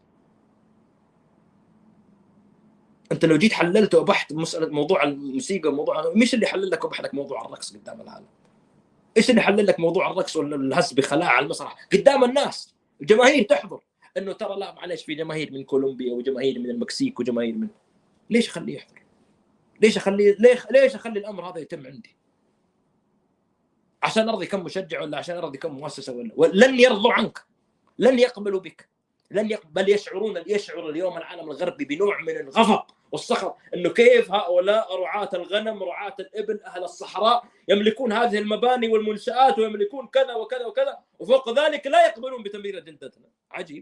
انت لو جيت حللت وبحت مساله موضوع الموسيقى وموضوع، مش اللي حلل لك وبح لك موضوع الرقص قدام العالم؟ ايش اللي حلل لك موضوع الرقص ولا الهز بخلاعه على المسرح قدام الناس؟ الجماهير تحضر، انه ترى لا معليش في جماهير من كولومبيا وجماهير من المكسيك وجماهير من، ليش اخليه يحضر؟ ليش اخلي الامر هذا يتم عندي؟ عشان ارضي كم مشجع ولا عشان ارضي كم مؤسسه ولن يرضوا عنك، لن يقبلوا بك، بل يشعر اليوم العالم الغربي بنوع من الغضب والسخط انه كيف هؤلاء رعاة الغنم، رعاة الابل، اهل الصحراء يملكون هذه المباني والمنشآت ويملكون كذا وكذا وكذا، وفوق ذلك لا يقبلون بتمرير جلدتنا. عجيب.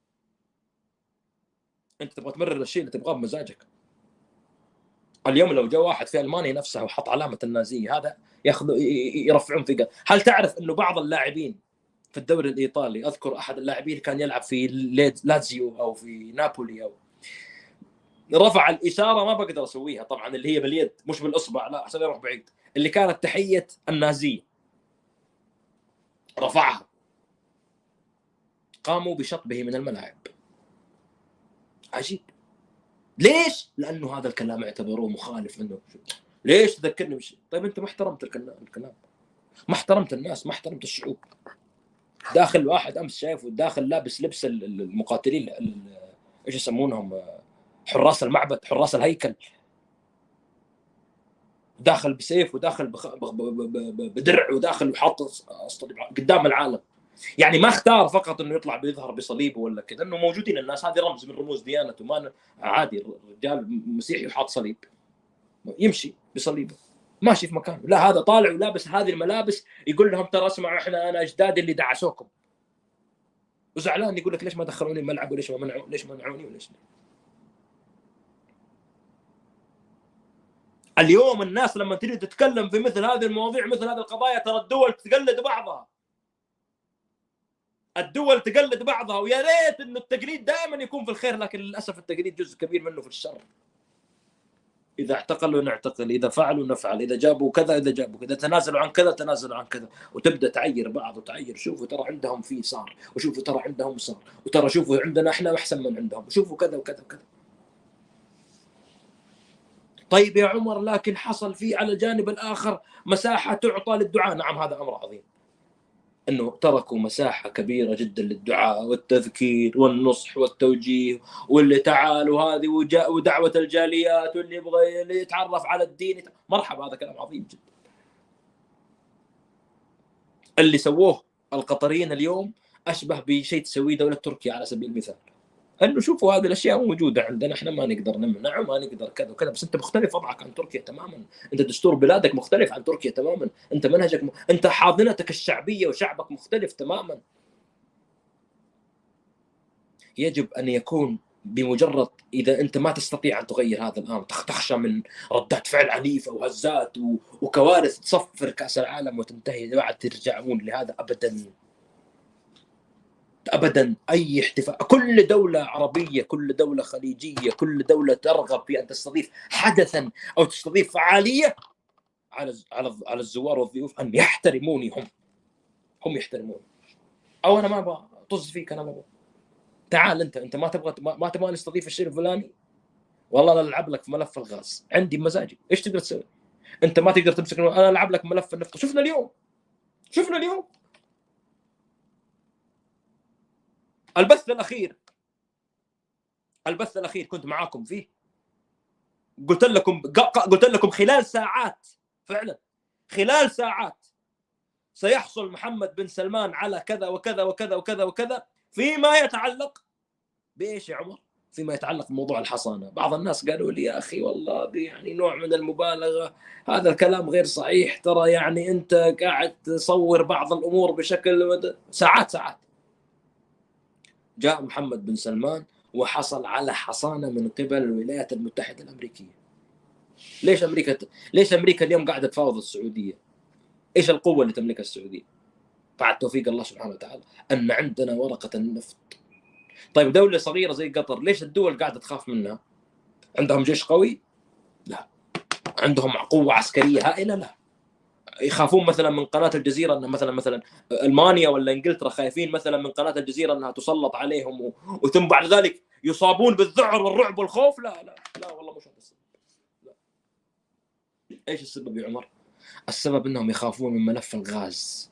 انت تبغى تمرر الشيء اللي تبغاه بمزاجك. اليوم لو جاء واحد في المانيا نفسها وحط علامه النازيه، هذا يرفعون فيه. هل تعرف انه بعض اللاعبين في الدوري الايطالي، اذكر احد اللاعبين كان يلعب في لاتزيو او في نابولي، او رفع الاشاره ما بقدر اسويها طبعا، اللي هي باليد مش بالاصبع، لا عشان يروح بعيد، اللي كانت تحيه النازيه، رفعها، قاموا بشطبه من الملاعب. عجيب. ليش؟ لانه هذا الكلام اعتبروه مخالف. انه ليش تذكرني بشيء؟ طيب انت ما احترمت الكلام، ما احترمت الناس، ما احترمت الشعوب. داخل واحد امس شايفه داخل لابس لبس المقاتلين، ايش يسمونهم، حراس المعبد، حراس الهيكل، داخل بسيف وداخل بدرع وداخل وحاط قدام العالم. يعني ما اختار فقط انه يطلع بيظهر بصليبه ولا كذا، انه موجودين الناس، هذه رمز من رموز ديانته، ما عادي الرجال مسيحي وحاط صليب يمشي بصليبه ماشي في مكانه. لا، هذا طالع ولابس هذه الملابس يقول لهم ترى اسمعوا انا اجدادي اللي دعسوكم، وزعلان يقول لك ليش ما دخلوني الملعب وليش ما منعوني وليش. اليوم الناس لما تريد تتكلم في مثل هذه المواضيع، مثل هذه القضايا، ترى الدول تقلد بعضها، الدول تقلد بعضها. ويا ريت انه التقليد دائما يكون في الخير، لكن للاسف التقليد جزء كبير منه في الشر. اذا اعتقلوا نعتقل، اذا فعلوا نفعل، اذا جابوا كذا، اذا جابوا كذا، تنازلوا عن كذا، تنازلوا عن كذا، وتبدا تعير بعض وتعير. شوفوا ترى عندهم في صار، وشوفوا ترى عندهم صار، وترى شوفوا عندنا احنا احسن من عندهم، وشوفوا كذا وكذا وكذا. طيب يا عمر، لكن حصل في على الجانب الآخر مساحة تعطى للدعاء. نعم، هذا أمر عظيم، أنه تركوا مساحة كبيرة جدا للدعاء والتذكير والنصح والتوجيه، واللي تعالوا هذه ودعوة الجاليات، واللي يبغى يتعرف على الدين مرحبا، هذا كلام عظيم جدا. اللي سووه القطريين اليوم أشبه بشيء تسويه دولة تركيا على سبيل المثال، انه شوفوا هذه الاشياء موجوده عندنا، احنا ما نقدر نمنع وما نقدر كذا وكذا، بس انت مختلف وضعك عن تركيا تماما، انت دستور بلادك مختلف عن تركيا تماما، انت منهجك انت حاضنتك الشعبيه وشعبك مختلف تماما. يجب ان يكون بمجرد اذا انت ما تستطيع ان تغير هذا الامر، تخشى من ردات فعل عنيفه وهزات وكوارث تصفر كاس العالم وتنتهي بعد ترجعون لهذا، ابدا. اي احتفال، كل دوله عربيه، كل دوله خليجيه، كل دوله ترغب في ان تستضيف حدثا او تستضيف فعاليه، على الزوار والضيوف ان يحترموني، هم يحترموني. او انا ما ابغى طز فيك، انا ما ابغى، تعال انت ما تبغى نستضيف الشيء الفلاني، والله انا العب لك في ملف الغاز، عندي مزاجي، ايش تقدر تسوي؟ انت ما تقدر تمسك، انا العب لك ملف النفط. شفنا اليوم البث الأخير كنت معاكم فيه، قلت لكم خلال ساعات، فعلا خلال ساعات سيحصل محمد بن سلمان على كذا وكذا وكذا وكذا وكذا، فيما يتعلق بإيش يا عمر؟ فيما يتعلق بموضوع الحصانة. بعض الناس قالوا لي يا أخي والله دي يعني نوع من المبالغة، هذا الكلام غير صحيح، ترى يعني أنت قاعد تصور بعض الأمور بشكل ساعات. جاء محمد بن سلمان وحصل على حصانة من قبل الولايات المتحدة الأمريكية. ليش أمريكا اليوم قاعدة تفاوض السعودية؟ إيش القوة اللي تملكها السعودية؟ بعد توفيق الله سبحانه وتعالى أن عندنا ورقة النفط. طيب دولة صغيرة زي قطر، ليش الدول قاعدة تخاف منها؟ عندهم جيش قوي؟ لا. عندهم قوة عسكرية هائلة؟ لا. يخافون مثلا من قناة الجزيرة، أن مثلا ألمانيا ولا إنجلترا خايفين مثلا من قناة الجزيرة أنها تسلط عليهم وثم بعد ذلك يصابون بالذعر والرعب والخوف؟ لا والله مش هذا السبب. لا. إيش السبب يا عمر؟ السبب أنهم يخافون من ملف الغاز.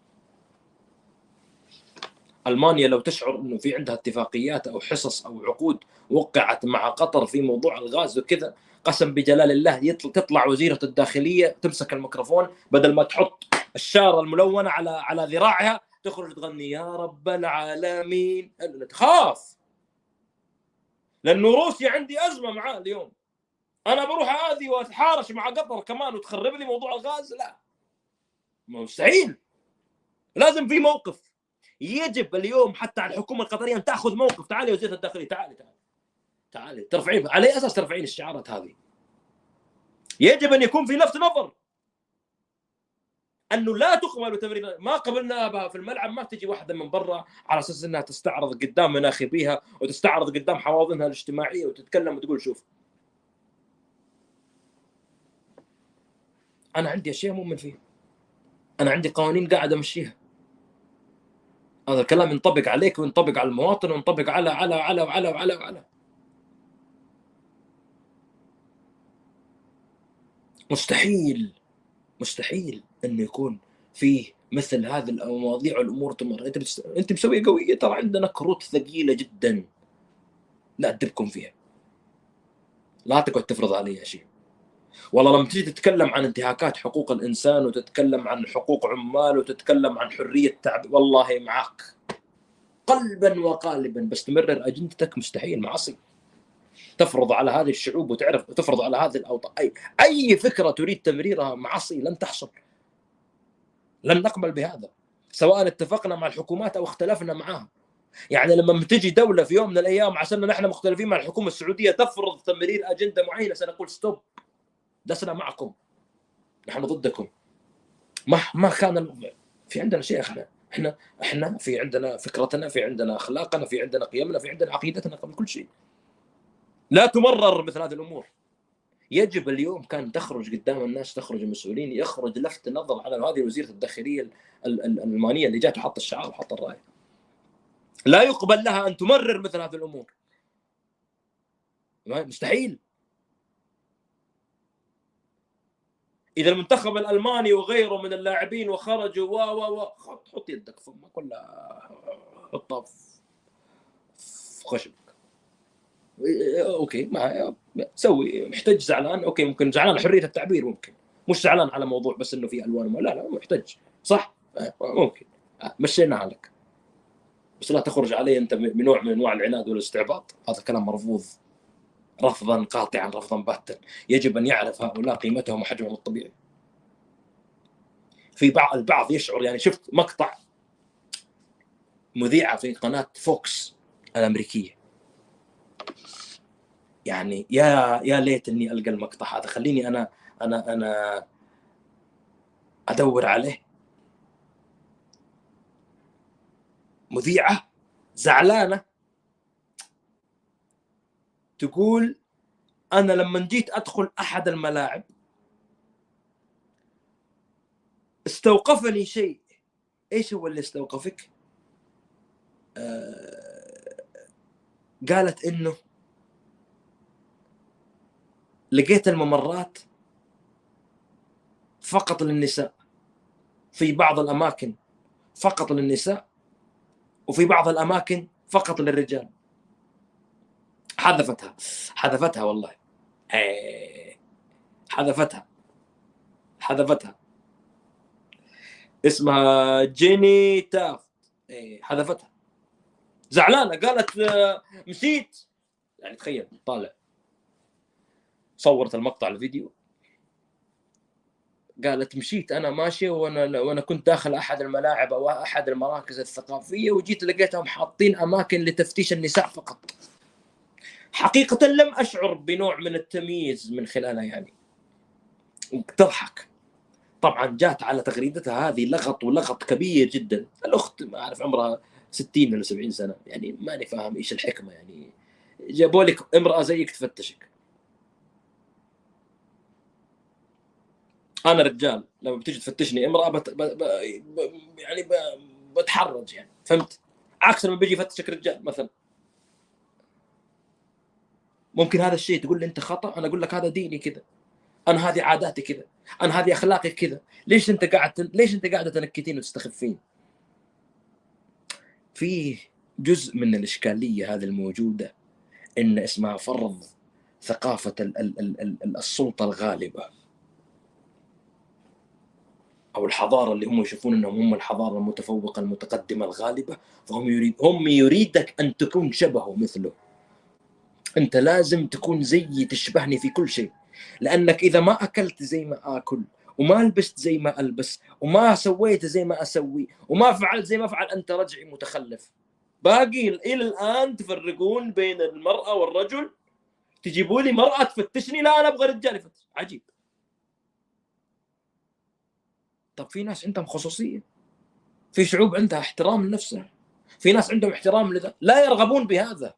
ألمانيا لو تشعر أنه في عندها اتفاقيات أو حصص أو عقود وقعت مع قطر في موضوع الغاز وكذا، قسم بجلال الله تطلع وزيرة الداخلية تمسك الميكروفون، بدل ما تحط الشاره الملونه على ذراعها، تخرج تغني يا رب العالمين. تخاف، لانه روسيا عندي ازمه معاه اليوم. انا بروح هذه واتحارش مع قطر كمان وتخرب لي موضوع الغاز؟ لا، مستحيل. لازم في موقف. يجب اليوم حتى على الحكومه القطريه ان تاخذ موقف. تعالي يا وزيره الداخليه، تعالي ترفعين. على اي اساس ترفعين الشعارات هذه؟ يجب ان يكون في لفت نظر انه لا تقبل تمرير. ما قبلنا بها في الملعب، ما تجي واحده من برا على اساس انها تستعرض قدام مناخبيها وتستعرض قدام حواضنها الاجتماعيه وتتكلم وتقول شوف انا عندي اشياء مؤمن فيها، انا عندي قوانين قاعد امشيها. هذا الكلام ينطبق عليك وينطبق على المواطن وينطبق على على على على على على مستحيل انه يكون فيه مثل هذه المواضيع والامور تمر. انت مسويه قويه، ترى عندنا كروت ثقيله جدا لا ادبكم فيها، لا تقعد تفرض علي شيء. والله لما تجي تتكلم عن انتهاكات حقوق الانسان وتتكلم عن حقوق عمال وتتكلم عن حريه تعبير، والله معك قلبا وقالبا، بس تمرر اجندتك مستحيل. معصي تفرض على هذه الشعوب وتعرف تفرض على هذه الاوطان اي فكره تريد تمريرها. معصي، لن تحصل، لن نقبل بهذا سواء اتفقنا مع الحكومات او اختلفنا معها. يعني لما تجي دوله في يوم من الايام عشان نحن مختلفين مع الحكومه السعوديه تفرض تمرير اجنده معينه، سنقول ستوب، لسنا معكم، نحن ضدكم. ما كان في عندنا شيء. احنا في عندنا فكرتنا، في عندنا اخلاقنا، في عندنا قيمنا، في عندنا عقيدتنا قبل كل شيء. لا تمرر مثل هذه الامور. يجب اليوم كان تخرج قدام الناس، تخرج المسؤولين، يخرج لفت نظر على هذه وزيره الداخليه الالمانيه اللي جات وحط الشعار وحط الرايه. لا يقبل لها ان تمرر مثل هذه الامور، مستحيل. اذا المنتخب الالماني وغيره من اللاعبين وخرجوا حط يدك فما كلها حطها في خشبك. اوكي، ما سوي محتج زعلان، اوكي ممكن زعلان حريه التعبير، ممكن مش زعلان على موضوع بس انه في الوان. لا محتج صح، ممكن مشيناها لك، بس لا تخرج علي انت بنوع من انواع العناد والاستعباط. هذا الكلام مرفوض رفضا قاطعا، رفضا باتا. يجب ان يعرف هؤلاء قيمتهم وحجمهم الطبيعي. في البعض يشعر، يعني شفت مقطع مذيعه في قناه فوكس الامريكيه، يعني يا ليت اني القى المقطع هذا، خليني انا ادور عليه. مذيعه زعلانه تقول انا لما جيت ادخل احد الملاعب استوقفني شيء. ايش هو اللي استوقفك؟ قالت انه لقيت الممرات فقط للنساء، في بعض الاماكن فقط للنساء، وفي بعض الاماكن فقط للرجال. حذفتها والله، حذفتها. اسمها جيني تافت، حذفتها. زعلانه، قالت مسيت. يعني تخيل، طالع صورت المقطع الفيديو، قالت مشيت انا ماشيه وانا كنت داخل احد الملاعب او احد المراكز الثقافيه وجيت لقيتهم حاطين اماكن لتفتيش النساء فقط. حقيقه لم اشعر بنوع من التمييز من خلالها، يعني تضحك. طبعا جات على تغريدتها هذه لغط كبير جدا. الاخت ما اعرف عمرها 60 ولا 70 سنه، يعني ماني فاهم ايش الحكمه. يعني جابوا لك امراه زيك تفتشك. انا رجال لما بتيجي تفتشني امراه يعني بتحرج، يعني فهمت؟ عكس لما بيجي يفتشك رجال مثلا، ممكن هذا الشيء تقول لي انت خطا، انا اقول لك هذا ديني كذا، انا هذه عاداتي كذا، انا هذه اخلاقي كذا. ليش انت قاعده تنكتين وتستخفين؟ في جزء من الاشكاليه هذه الموجوده ان اسمها فرض ثقافه السلطه الغالبه. او الحضاره اللي هم يشوفون انهم هم الحضاره المتفوقه المتقدمه الغالبه، فهم يريدك ان تكون شبهه مثله. انت لازم تكون زيي، تشبهني في كل شيء، لانك اذا ما اكلت زي ما اكل، وما لبست زي ما البس، وما سويت زي ما اسوي، وما فعلت زي ما افعل، انت رجعي متخلف. باقي الى الان تفرقون بين المراه والرجل، تجيبوا لي مراه تفتشني، لا انا ابغى رجال يفتش. عجيب. طب في ناس عندهم خصوصيه، في شعوب عندها احترام لنفسها، في ناس عندهم احترام لذا، لا يرغبون بهذا.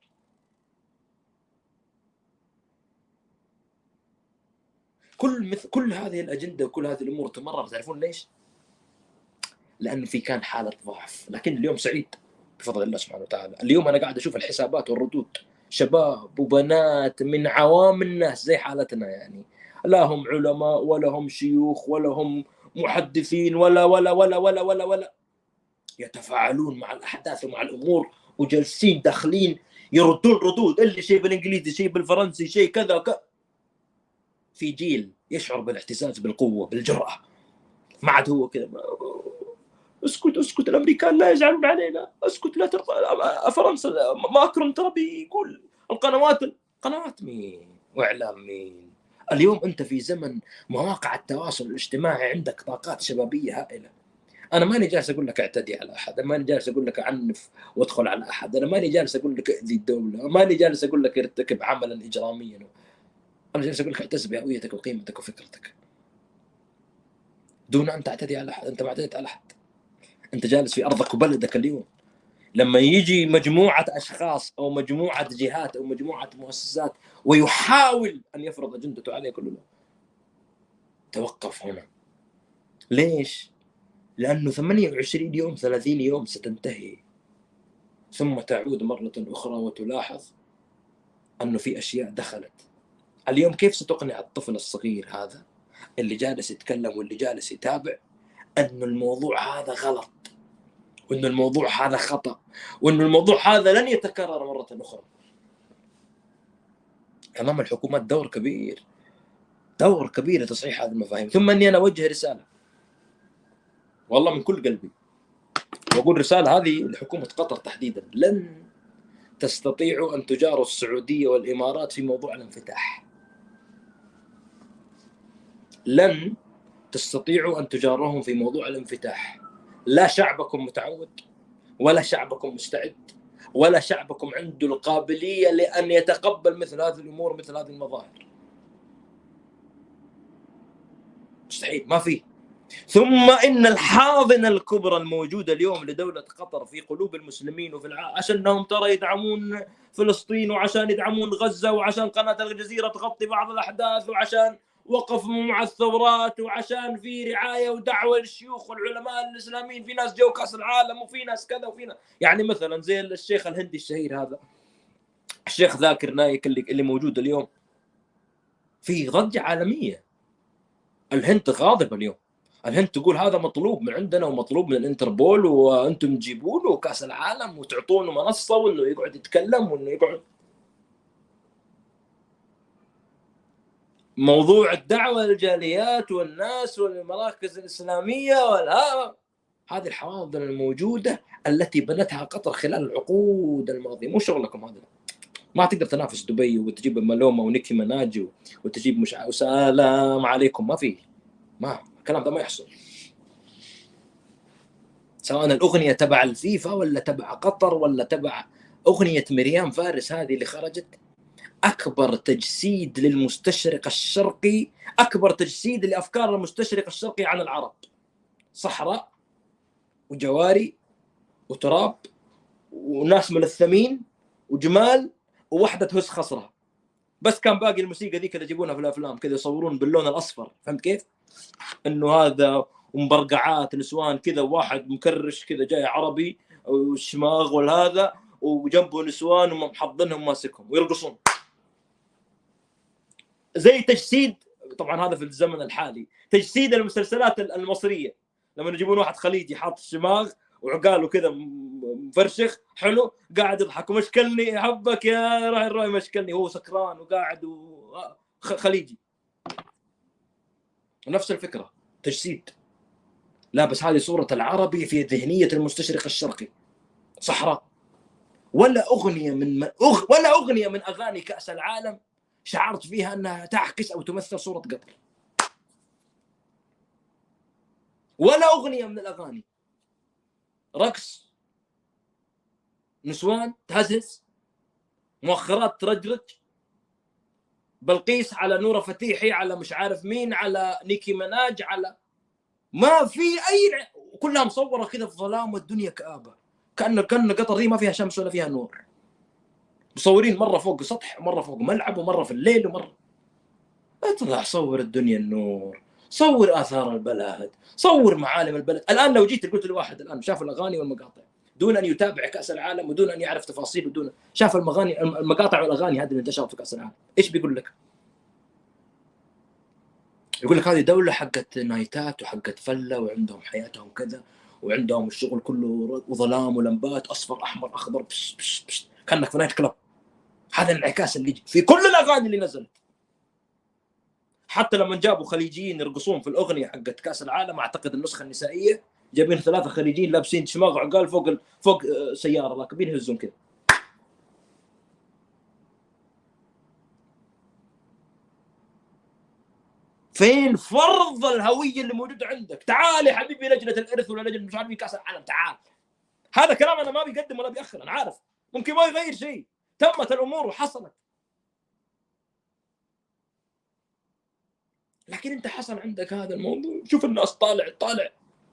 كل هذه الاجنده وكل هذه الامور تمرر، تعرفون ليش؟ لانه في كان حاله ضعف، لكن اليوم سعيد بفضل الله سبحانه وتعالى. اليوم انا قاعد اشوف الحسابات والردود، شباب وبنات من عوام الناس زي حالتنا، يعني لا هم علماء ولا هم شيوخ ولا هم محدثين ولا ولا ولا ولا ولا ولا، يتفاعلون مع الاحداث ومع الامور، وجالسين داخلين يردون ردود، اللي شيء بالانجليزي، شيء بالفرنسي، شيء كذا كذا. في جيل يشعر بالاعتزاز بالقوه بالجراه، ما عاد هو كذا اسكت اسكت، الامريكان لا يزعلون علينا، اسكت لا ترفع فرنسا، ماكرون ترى بيقول قنوات مين واعلام مين. اليوم انت في زمن مواقع التواصل الاجتماعي، عندك طاقات شبابيه هائله. انا ماني جالس اقول لك اعتدي على احد، انا ماني جالس اقول لك اعنف وادخل على احد، انا ماني جالس اقول لك اذي الدوله، ماني جالس اقول لك ارتكب عملا اجراميا، انا جالس اقول لك اعتز بهويتك وقيمتك وفكرتك دون ان تعتدي على احد. انت ما اعتديت على احد، انت جالس في ارضك وبلدك. اليوم لما يجي مجموعه اشخاص او مجموعه جهات او مجموعه مؤسسات ويحاول ان يفرض اجندته عليك، كله توقف هنا. ليش؟ لانه 28 يوم 30 يوم ستنتهي، ثم تعود مره اخرى وتلاحظ انه في اشياء دخلت. اليوم كيف ستقنع الطفل الصغير هذا اللي جالس يتكلم واللي جالس يتابع انه الموضوع هذا غلط، وانه الموضوع هذا خطأ، وانه الموضوع هذا لن يتكرر مرة أخرى؟ امام الحكومات دور كبير، دور كبير لتصحيح هذه المفاهيم. ثم اني انا اوجه رسالة والله من كل قلبي، واقول رسالة هذه لحكومة قطر تحديدا: لن تستطيعوا ان تجاروا السعودية والامارات في موضوع الانفتاح. لن تستطيعوا ان تجاروهم في موضوع الانفتاح. لا شعبكم متعود، ولا شعبكم مستعد، ولا شعبكم عنده القابلية لأن يتقبل مثل هذه الأمور، مثل هذه المظاهر. مستحيل، ما فيه. ثم إن الحاضنة الكبرى الموجودة اليوم لدولة قطر في قلوب المسلمين وفي العالم، عشانهم ترى يدعمون فلسطين، وعشان يدعمون غزة، وعشان قناة الجزيرة تغطي بعض الأحداث، وعشان وقف مع الثورات، وعشان في رعاية ودعوة للشيوخ والعلماء الإسلاميين. في ناس جو كأس العالم، وفي ناس كذا، وفي ناس يعني مثلا زي الشيخ الهندي الشهير هذا، الشيخ ذاكر نايك اللي موجود اليوم. في ضجة عالمية. الهند غاضبة اليوم، الهند تقول هذا مطلوب من عندنا ومطلوب من الانتربول، وانتم تجيبوا له كاس العالم وتعطونه منصه وانه يقعد يتكلم وانه يقعد. موضوع الدعوه للجاليات والناس والمراكز الاسلاميه هذه الحواضن الموجوده التي بنتها قطر خلال العقود الماضيه. مو شغلكم هذا. ما تقدر تنافس دبي وتجيب مالوما ونيكي مناجي وتجيب مش سلام عليكم. ما في، ما الكلام ده ما يحصل. سواء الأغنية تبع الفيفا ولا تبع قطر ولا تبع أغنية مريم فارس هذه اللي خرجت، أكبر تجسيد للمستشرق الشرقي، أكبر تجسيد لأفكار المستشرق الشرقي عن العرب. صحراء وجواري وتراب وناس ملثمين وجمال ووحدة هس خصرها، بس كان باقي الموسيقى ذي كذا يجيبونها في الأفلام كذا يصورون باللون الأصفر. فهمت كيف؟ إنه هذا ومبرقعات نسوان كذا، واحد مكرش كذا جاي عربي والشماغ والهذا، وجنبه نسوان ومحضنهم ماسكهم ويرقصون. زي تجسيد، طبعا هذا في الزمن الحالي، تجسيد المسلسلات المصرية لما يجيبون واحد خليجي حاط الشماغ وعقاله كذا مفرشخ حلو قاعد يضحك ومشكلني حبك يا راي مشكلني، هو سكران وقاعد خليجي. ونفس الفكرة تجسيد. لا بس هذه صورة العربي في ذهنية المستشرق الشرقي، صحراء. ولا أغنية من أغاني كأس العالم شعرت فيها أنها تعكس أو تمثل صورة قطر، ولا أغنية من الأغاني. رقص، نسوان تهزز، مؤخرات ترجرج، بلقيس على نورة فتيحي، على مش عارف مين، على نيكي مناج، على ما في أي، كلها مصورة كذا في ظلام والدنيا كآبة، كأن قطر دي ما فيها شمس ولا فيها نور. مصورين مرة فوق سطح، مرة فوق ملعب، ومرة في الليل، ومرة. اطلع صور الدنيا النور، صور آثار البلد، صور معالم البلد. الآن لو جيت قلت لواحد الآن شاف الأغاني والمقاطع دون أن يتابع كأس العالم ودون أن يعرف تفاصيل، ودون شاف المقاطع والأغاني هذه اللي انتشرت في كأس العالم، إيش بيقول لك؟ يقول لك هذه دولة حقت نايتات وحقت فلة وعندهم حياتهم كذا وعندهم الشغل كله وظلام ولمبات أصفر أحمر أخضر، بش بش بش. كأنك في نايت كلاب. هذا الانعكاس اللي يجي في كل الأغاني اللي نزلت. حتى لما جابوا خليجيين يرقصون في الأغنية حقت كأس العالم، أعتقد النسخة النسائية، جايبين 3 خليجيين لابسين شماغ وعقال فوق سيارة راكبين يهزون كذا. فين فرض الهوية اللي موجودة عندك؟ تعال يا حبيبي لجنة الإرث ولا لجنة مش عارف كأس العالم، تعال. هذا كلام أنا ما بيقدم ولا بيأخر، أنا عارف ممكن ما يغير شيء، تمت الأمور وحصلت. لكن أنت حصل عندك هذا الموضوع. شوف الناس طالع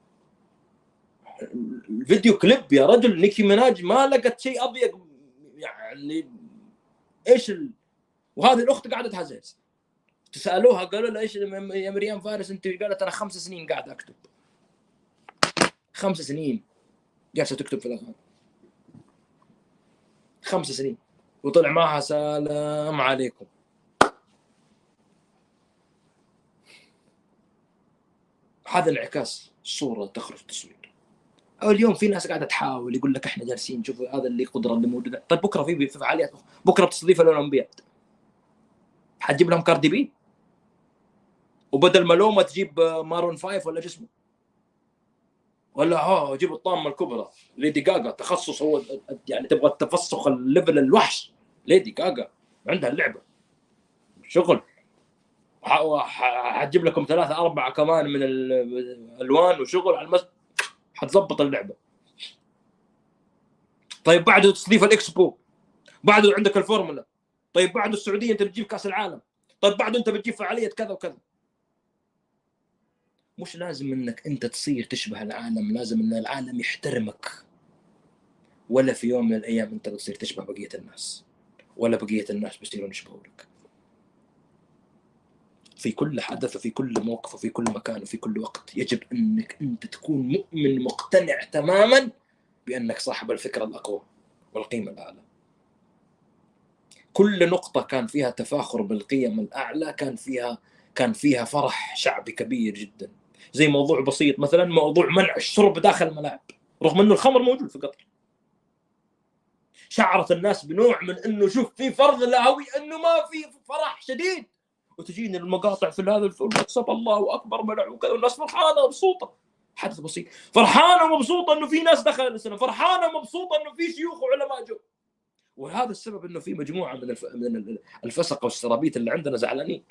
الفيديو كليب يا رجل، نيكي مناج ما لقت شيء أضيق يعني إيش وهذه الأخت قاعدة تهزز. تسألوها قالوا لها إيش يا مريم فارس أنت؟ قالت أنا 5 سنين قاعدة أكتب، 5 سنين جالسة تكتب في الأغاني، 5 سنين، وطلع معها سلام عليكم. هذا انعكاس الصورة تخرج تصوير. أو اليوم في ناس قاعدة تحاول يقول لك إحنا جالسين نشوف هذا اللي قدرة اللي موجودة. طيب بكرة في فعاليات، بكرة بتستضيف الأولمبياد، حتجيب لهم كاردي بي، وبدل ما لومة تجيب مارون 5 ولا جسمه، ولا جيب الطامة الكبرى ليدي غاغا، تخصص هو يعني تبغى تفسخ الليفل الوحش. ليدي غاغا عندها اللعبة شغل، حتجيب لكم 3 4 كمان من الألوان وشغل على حتظبط اللعبة. طيب بعده تستضيف الإكسبو، بعده عندك الفورمولا، طيب بعده السعودية أنت بتجيب كأس العالم، طيب بعده أنت بتجيب فعالية كذا وكذا. مش لازم انك انت تصير تشبه العالم، لازم ان العالم يحترمك. ولا في يوم من الايام انت بتصير تشبه بقية الناس، ولا بقية الناس بيصيرون يشبهوا لك. في كل حدث وفي كل موقف وفي كل مكان وفي كل وقت يجب انك انت تكون مؤمن مقتنع تماما بانك صاحب الفكرة الاقوى والقيمة الاعلى. كل نقطة كان فيها تفاخر بالقيم الاعلى كان فيها فرح شعبي كبير جدا. زي موضوع بسيط مثلا، موضوع منع الشرب داخل الملاعب، رغم انه الخمر موجود في قطر. شعرت الناس بنوع من انه شوف في فرض لاهوي، انه ما في فرح شديد. وتجينا المقاطع في هذا الواتساب الله اكبر منع وكذا، والناس فرحانه ومبسوطه. حدث بسيط، فرحانه ومبسوطه انه في ناس دخل السنه، فرحانه ومبسوطه انه في شيوخ وعلماء جو. وهذا السبب انه في مجموعه من الفسقه والسرابيط اللي عندنا زعلانين.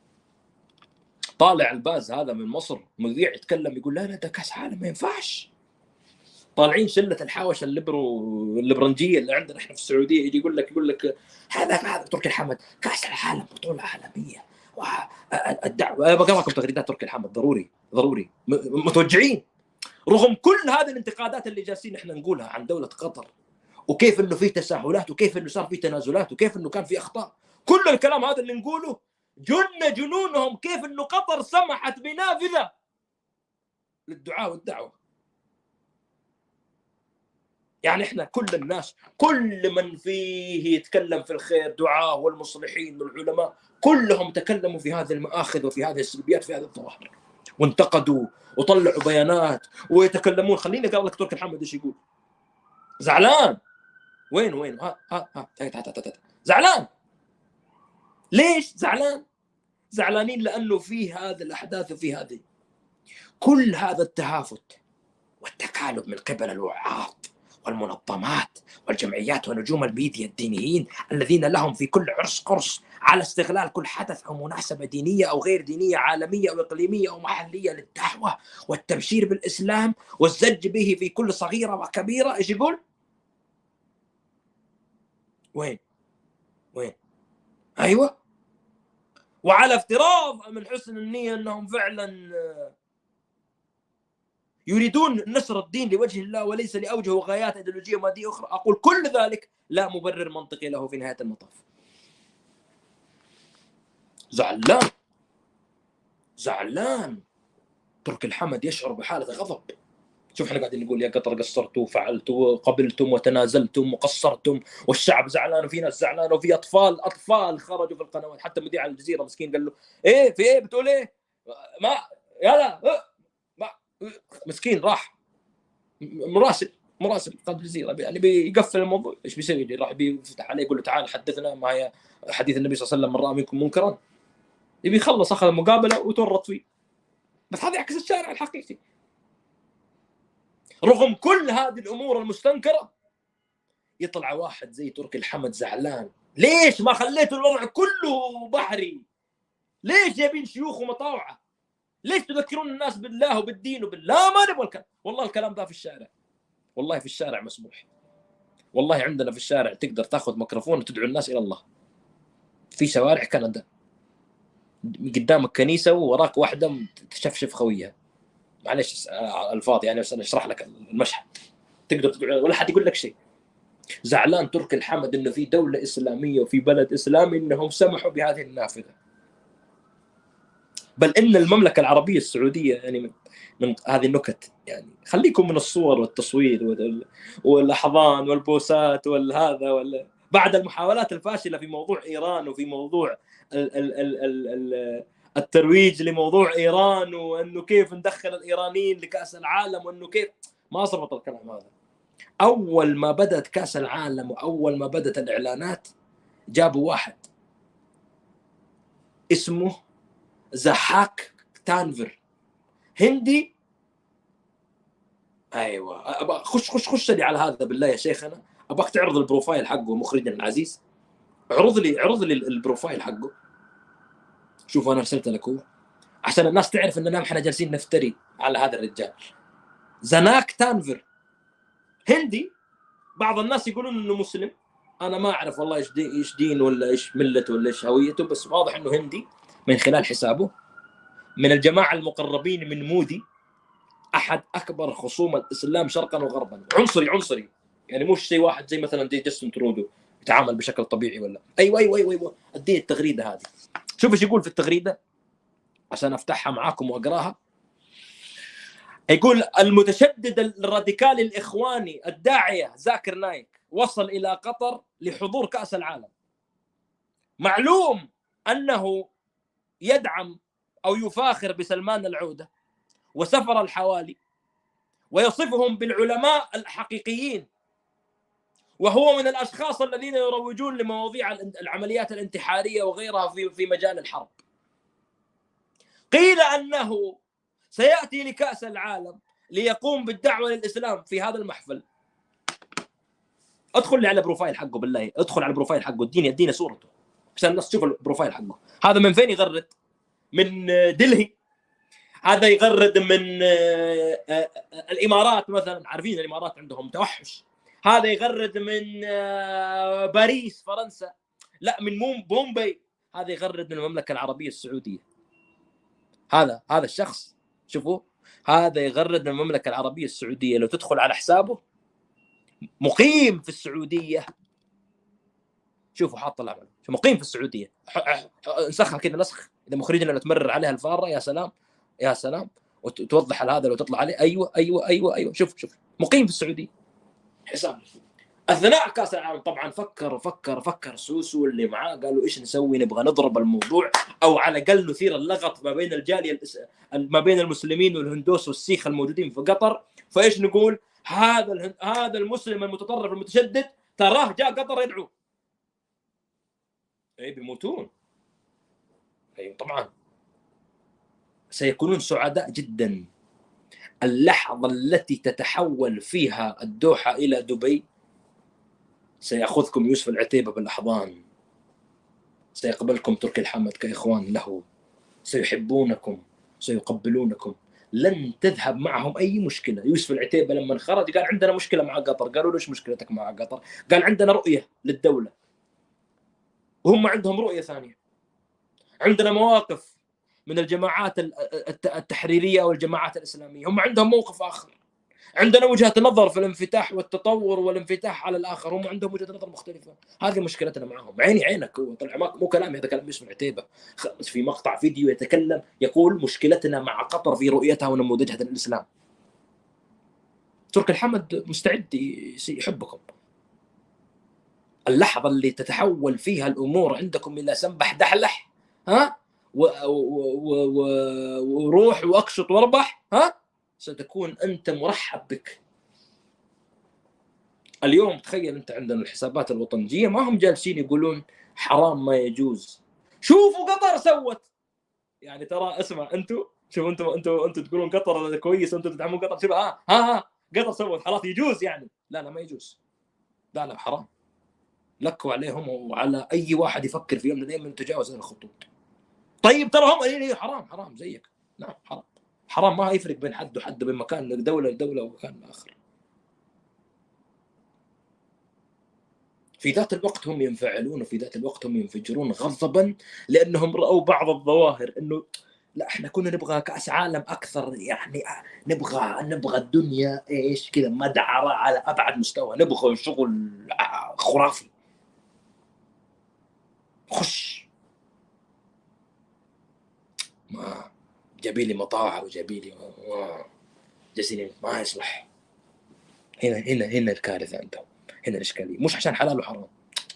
طالع الباز هذا من مصر مذيع يتكلم يقول لا ده كاس عالم ما ينفعش. طالعين شله الحاوشه الليبرنجيه اللي عندنا احنا في السعوديه، يجي يقول لك هذا تركي الحمد كاس العالم بطوله عالميه، والدعوه بقرا لكم تغريدات تركي الحمد ضروري متوجعين. رغم كل هذه الانتقادات اللي جالسين احنا نقولها عن دوله قطر، وكيف انه في تساهلات، وكيف انه صار في تنازلات، وكيف انه كان في اخطاء، كل الكلام هذا اللي نقوله جنونهم كيف انه قطر سمحت بنافذه للدعاء والدعوه. يعني احنا كل الناس، كل من فيه يتكلم في الخير، دعاة والمصلحين والعلماء، كلهم تكلموا في هذه المآخذ وفي هذه السلبيات في هذه الظواهر، وانتقدوا وطلعوا بيانات ويتكلمون. خليني اقرا لك تركي محمد ايش يقول. زعلان وين زعلان. ليش زعلانين؟ لانه في هذه الاحداث وفي هذه كل هذا التهافت والتكالب من قبل الوعاظ والمنظمات والجمعيات ونجوم الميديا الدينيين الذين لهم في كل عرس قرص على استغلال كل حدث أو مناسبة دينية أو غير دينية، عالمية أو إقليمية أو محلية، للدعوة والتبشير بالإسلام والزج به في كل صغيرة وكبيرة. إيش يقول؟ وين؟ أيوة. وعلى افتراض من حسن النية أنهم فعلا يريدون نشر الدين لوجه الله وليس لأوجه وغايات إيديولوجية ومادية أخرى، أقول كل ذلك لا مبرر منطقي له في نهاية المطاف. زعلان تركي الحمد يشعر بحالة غضب. شوف احنا قاعدين نقول يا قطر قصرتوا وفعلتوا وقبلتم وتنازلتم وقصرتم، والشعب زعلان وفي ناس زعلان وفي اطفال خرجوا في القنوات. حتى مذيع الجزيره مسكين قال له ايه في ايه بتقول ايه؟ ما يلا ما مسكين راح مراسل قناه الجزيره يعني بيقفل الموضوع. ايش بيسوي؟ راح بيفتح عليه يقول له تعال حدثنا ما هي حديث النبي صلى الله عليه وسلم من راى منكم منكرا. يبي يخلص اخذ المقابله وتورط فيه. بس هذا يعكس الشارع الحقيقي. رغم كل هذه الأمور المستنكرة يطلع واحد زي تركي الحمد زعلان. ليش ما خليتوا الوضع كله بحري؟ ليش جايبين شيوخ ومطاوعة؟ ليش تذكرون الناس بالله وبالدين وبالله؟ ما نبغى الكلام. والله الكلام ده في الشارع، والله في الشارع مسموح. والله عندنا في الشارع تقدر تاخذ ميكروفون وتدعو الناس إلى الله في شوارع كندا، قدامك كنيسة ووراك واحدة تشفشف خويها. معلش الفاضي يعني، بس انا اشرح لك المشهد. تقدر تقول ولا حد يقول لك شيء. زعلان تركي الحمد انه في دوله اسلاميه وفي بلد اسلامي انهم سمحوا بهذه النافذه. بل ان المملكه العربيه السعوديه يعني من هذه النكت، يعني خليكم من الصور والتصوير والاحضان والبوسات والهذا بعد المحاولات الفاشله في موضوع ايران وفي موضوع الترويج لموضوع ايران وانه كيف ندخل الايرانيين لكاس العالم وانه كيف ما صبط الكلام هذا. اول ما بدات كاس العالم واول ما بدات الاعلانات جابوا واحد اسمه زحاك تانفر، هندي. ايوه خش لي على هذا بالله يا شيخنا. ابغاك تعرض البروفايل حقه مخرجنا العزيز. عرض لي البروفايل حقه. شوف انا ارسلت لك هو عشان الناس تعرف اننا احنا جالسين نفتري على هذا الرجال. زناك تانفر هندي. بعض الناس يقولون انه مسلم، انا ما اعرف والله ايش دين ولا ايش ملته ولا ايش هويته، بس واضح انه هندي من خلال حسابه. من الجماعه المقربين من مودي، احد اكبر خصوم الاسلام شرقا وغربا. عنصري يعني مش شيء واحد زي مثلا دي جاستن ترودو يتعامل بشكل طبيعي ولا ايوه. ادي التغريده هذه. شوف ايش يقول في التغريده عشان افتحها معاكم واقراها. يقول المتشدد الراديكالي الاخواني الداعيه زاكر نايك وصل الى قطر لحضور كاس العالم. معلوم انه يدعم او يفاخر بسلمان العوده وسفر الحوالي ويصفهم بالعلماء الحقيقيين، وهو من الاشخاص الذين يروجون لمواضيع العمليات الانتحاريه وغيرها في مجال الحرب. قيل انه سياتي لكاس العالم ليقوم بالدعوه للاسلام في هذا المحفل. ادخل لي على بروفايل حقه بالله، ادخل على البروفايل حقه اديني صورته عشان الناس تشوف البروفايل حقه. هذا من فين يغرد؟ من دلهي. هذا يغرد من الامارات مثلا، عارفين الامارات عندهم توحش. هذا يغرد من باريس فرنسا، لا من بومبي. هذا يغرد من المملكه العربيه السعوديه. هذا الشخص شوفوا، هذا يغرد من المملكه العربيه السعوديه. لو تدخل على حسابه مقيم في السعوديه. شوفوا حاط العمل مقيم في السعوديه. نسخها كذا نسخ اذا مخرجنا تمرر عليها الفاره. يا سلام وتوضح هذا لو تطلع عليه. ايوه شوف مقيم في السعوديه حساب. اثناء كاس العالم طبعا فكر سوسو اللي معاه، قالوا ايش نسوي؟ نبغى نضرب الموضوع او على الاقل نثير اللغط ما بين الجاليه ما بين المسلمين والهندوس والسيخ الموجودين في قطر. فايش نقول؟ هذا المسلم المتطرف المتشدد تراه جاء قطر يدعو. بيموتون. طبعا سيكونون سعداء جدا اللحظة التي تتحول فيها الدوحة إلى دبي سيأخذكم يوسف العتيبة بالأحضان، سيقبلكم تركي الحمد كإخوان له، سيحبونكم، سيقبلونكم، لن تذهب معهم أي مشكلة. يوسف العتيبة لما خرج قال عندنا مشكلة مع قطر، قالوا له إيش مشكلتك مع قطر؟ قال عندنا رؤية للدولة، وهم عندهم رؤية ثانية. عندنا مواقف من الجماعات التحريرية والجماعات الإسلامية، هم عندهم موقف آخر. عندنا وجهة نظر في الانفتاح والتطور والانفتاح على الآخر، هم عندهم وجهة نظر مختلفة. هذه مشكلتنا معهم. عيني عينك، هو طلع مو كلامي، هذا كلام يوسف العتيبة في مقطع فيديو يتكلم، يقول مشكلتنا مع قطر في رؤيتها ونموذجها للإسلام. تركي الحمد مستعد يحبكم. اللحظة اللي تتحول فيها الأمور عندكم إلى سنبح دحلح، ها، وروح واقشط واربح، ها، ستكون أنت مرحب بك. اليوم تخيل أنت عندنا الحسابات الوطنية ما هم جالسين يقولون حرام ما يجوز. شوفوا قطر سوت، يعني ترى اسمع أنتوا، شوفوا أنتوا تقولون قطر كويس، أنتوا تدعمون قطر، شوف ها قطر سوت خلاص يجوز يعني. لا ما يجوز، لا حرام لك وعليهم وعلى أي واحد يفكر في يوم من الأيام من تجاوز هذه الخطوط. طيب ترى هم حرام زيك. نعم حرام ما يفرق بين حد وحد، بين مكان دولة لدولة ومكان آخر. في ذات الوقت هم ينفعلون، وفي ذات الوقت هم ينفجرون غضبا لأنهم رأوا بعض الظواهر إنه لا إحنا كنا نبغى كأس عالم أكثر، يعني نبغى الدنيا إيش كذا مدعرة على أبعد مستوى، نبغى شغل خرافي. خش ما جابيلي مطاعة وجابيلي جالسين ما يصلح. هنا الكارثة عندهم، هنا الإشكالية. مش عشان حلال وحرام،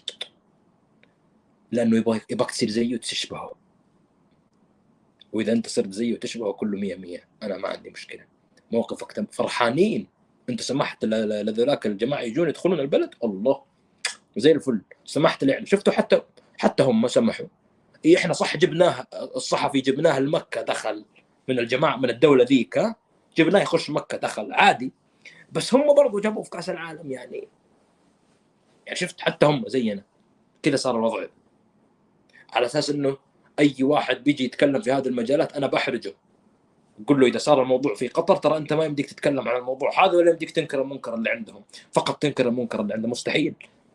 لأنه يبغاك تصير زيه وتشبهه، وإذا أنت صرت زيه وتشبهه كله 100. أنا ما عندي مشكلة، موقفك فرحانين. أنت سمحت لذولاك الجماعة يجون يدخلون البلد، الله زي الفل، سمحت يعني. شفتوا حتى هم ما سمحوا. إحنا صح جبناه الصحفي، جبناه لمكة دخل من الجماعة من الدولة ذيك، جبناه يخش مكة دخل عادي، بس هم برضو جابوا في كأس العالم يعني شفت حتى هم زينا كذا صار الوضع، على أساس إنه أي واحد بيجي يتكلم في هذه المجالات أنا بحرجه. قل له إذا صار الموضوع في قطر ترى أنت ما يمديك تتكلم عن الموضوع هذا، ولا يمديك تنكر المنكر اللي عندهم، فقط تنكر المنكر اللي عندهم، مستحيل.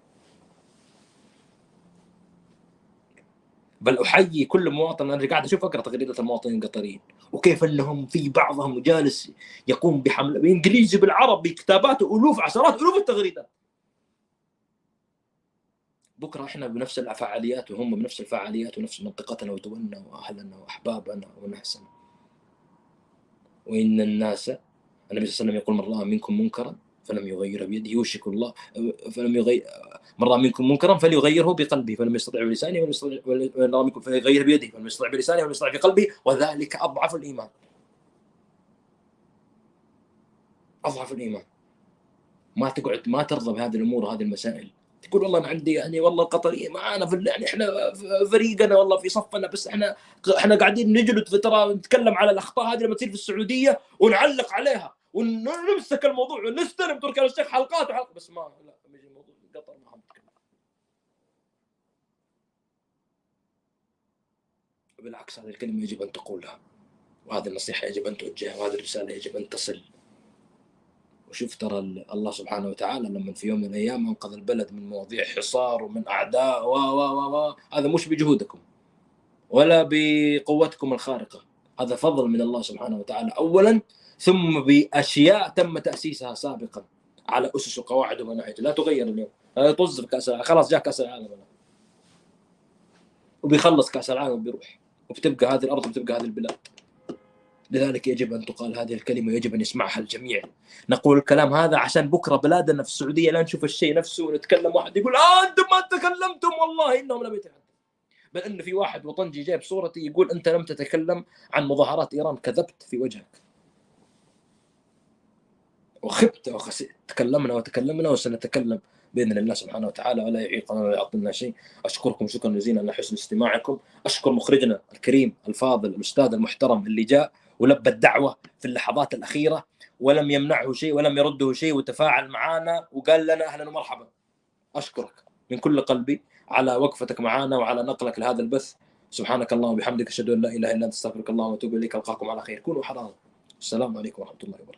بل أحيي كل مواطن. أنا قاعد أشوف أقرأ تغريدات المواطنين القطريين وكيف أنهم في بعضهم جالس يقوم بحملة بالإنجليزي بالعربي كتابات ألوف عشرات ألوف التغريدات. بكرة إحنا بنفس الفعاليات وهم بنفس الفعاليات ونفس منطقتنا ودولنا وأهلنا وأحبابنا ونحسن. وإن الناس، النبي صلى الله عليه وسلم يقول من رأى منكم منكرا فلم يغيره بيده يوشك الله فلم يغير، من رأى منكم منكرا فليغيره بقلبه فلم يستطع بلسانه ومن رأى منكم فليغير بيده فلم يستطع بلسانه ولم يستطع بقلبه وذلك أضعف الإيمان. أضعف الإيمان. ما تقعد ما ترضى بهذه الأمور وهذه المسائل، تقول والله أنا عندي يعني والله القطرية معانا في يعني إحنا فريقنا والله في صفنا، بس إحنا قاعدين نجلد في ترى نتكلم على الأخطاء هذه لما تصير في السعودية ونعلق عليها ونمسك الموضوع ونستلم تركي آل الشيخ حلقات بس ما لا يجي الموضوع قطر ما نتكلم. بالعكس هذه الكلمة يجب أن تقولها، وهذه النصيحة يجب أن توجهها، وهذه الرسالة يجب أن تصل. وشوف ترى الله سبحانه وتعالى لما في يوم من الأيام أنقذ البلد من مواضيع حصار ومن أعداء هذا مش بجهودكم ولا بقوتكم الخارقة، هذا فضل من الله سبحانه وتعالى أولا، ثم بأشياء تم تأسيسها سابقا على أسس وقواعد ومناهج لا تغير اليوم. طز في كأس العالم، خلاص جاء كأس العالم وبيخلص كأس العالم وبيروح، وبتبقى هذه الأرض وبتبقى هذه البلاد. لذلك يجب أن تقال هذه الكلمة، يجب أن يسمعها الجميع. نقول الكلام هذا عشان بكرة بلادنا في السعودية لا نشوف الشيء نفسه ونتكلم واحد يقول أنتم ما تكلمتم، والله إنهم لم يتكلموا. بل أن في واحد وطنجي جايب صورتي يقول أنت لم تتكلم عن مظاهرات إيران، كذبت في وجهك وخبت وخسئت. تكلمنا وسنتكلم بإذن الله سبحانه وتعالى، ولا يعيقنا ولا يعطلنا شيء. أشكركم شكرا جزيلا على حسن استماعكم. أشكر مخرجنا الكريم الفاضل الأستاذ المحترم اللي جاء ولبى الدعوة في اللحظات الأخيرة، ولم يمنعه شيء ولم يرده شيء، وتفاعل معنا وقال لنا أهلا ومرحبا. أشكرك من كل قلبي على وقفتك معنا وعلى نقلك لهذا البث. سبحانك اللهم وبحمدك، أشهد أن لا إله إلا أنت، أستغفرك اللهم وأتوب إليك. ألقاكم على خير. كونوا حرام. السلام عليكم ورحمة الله وبركاته.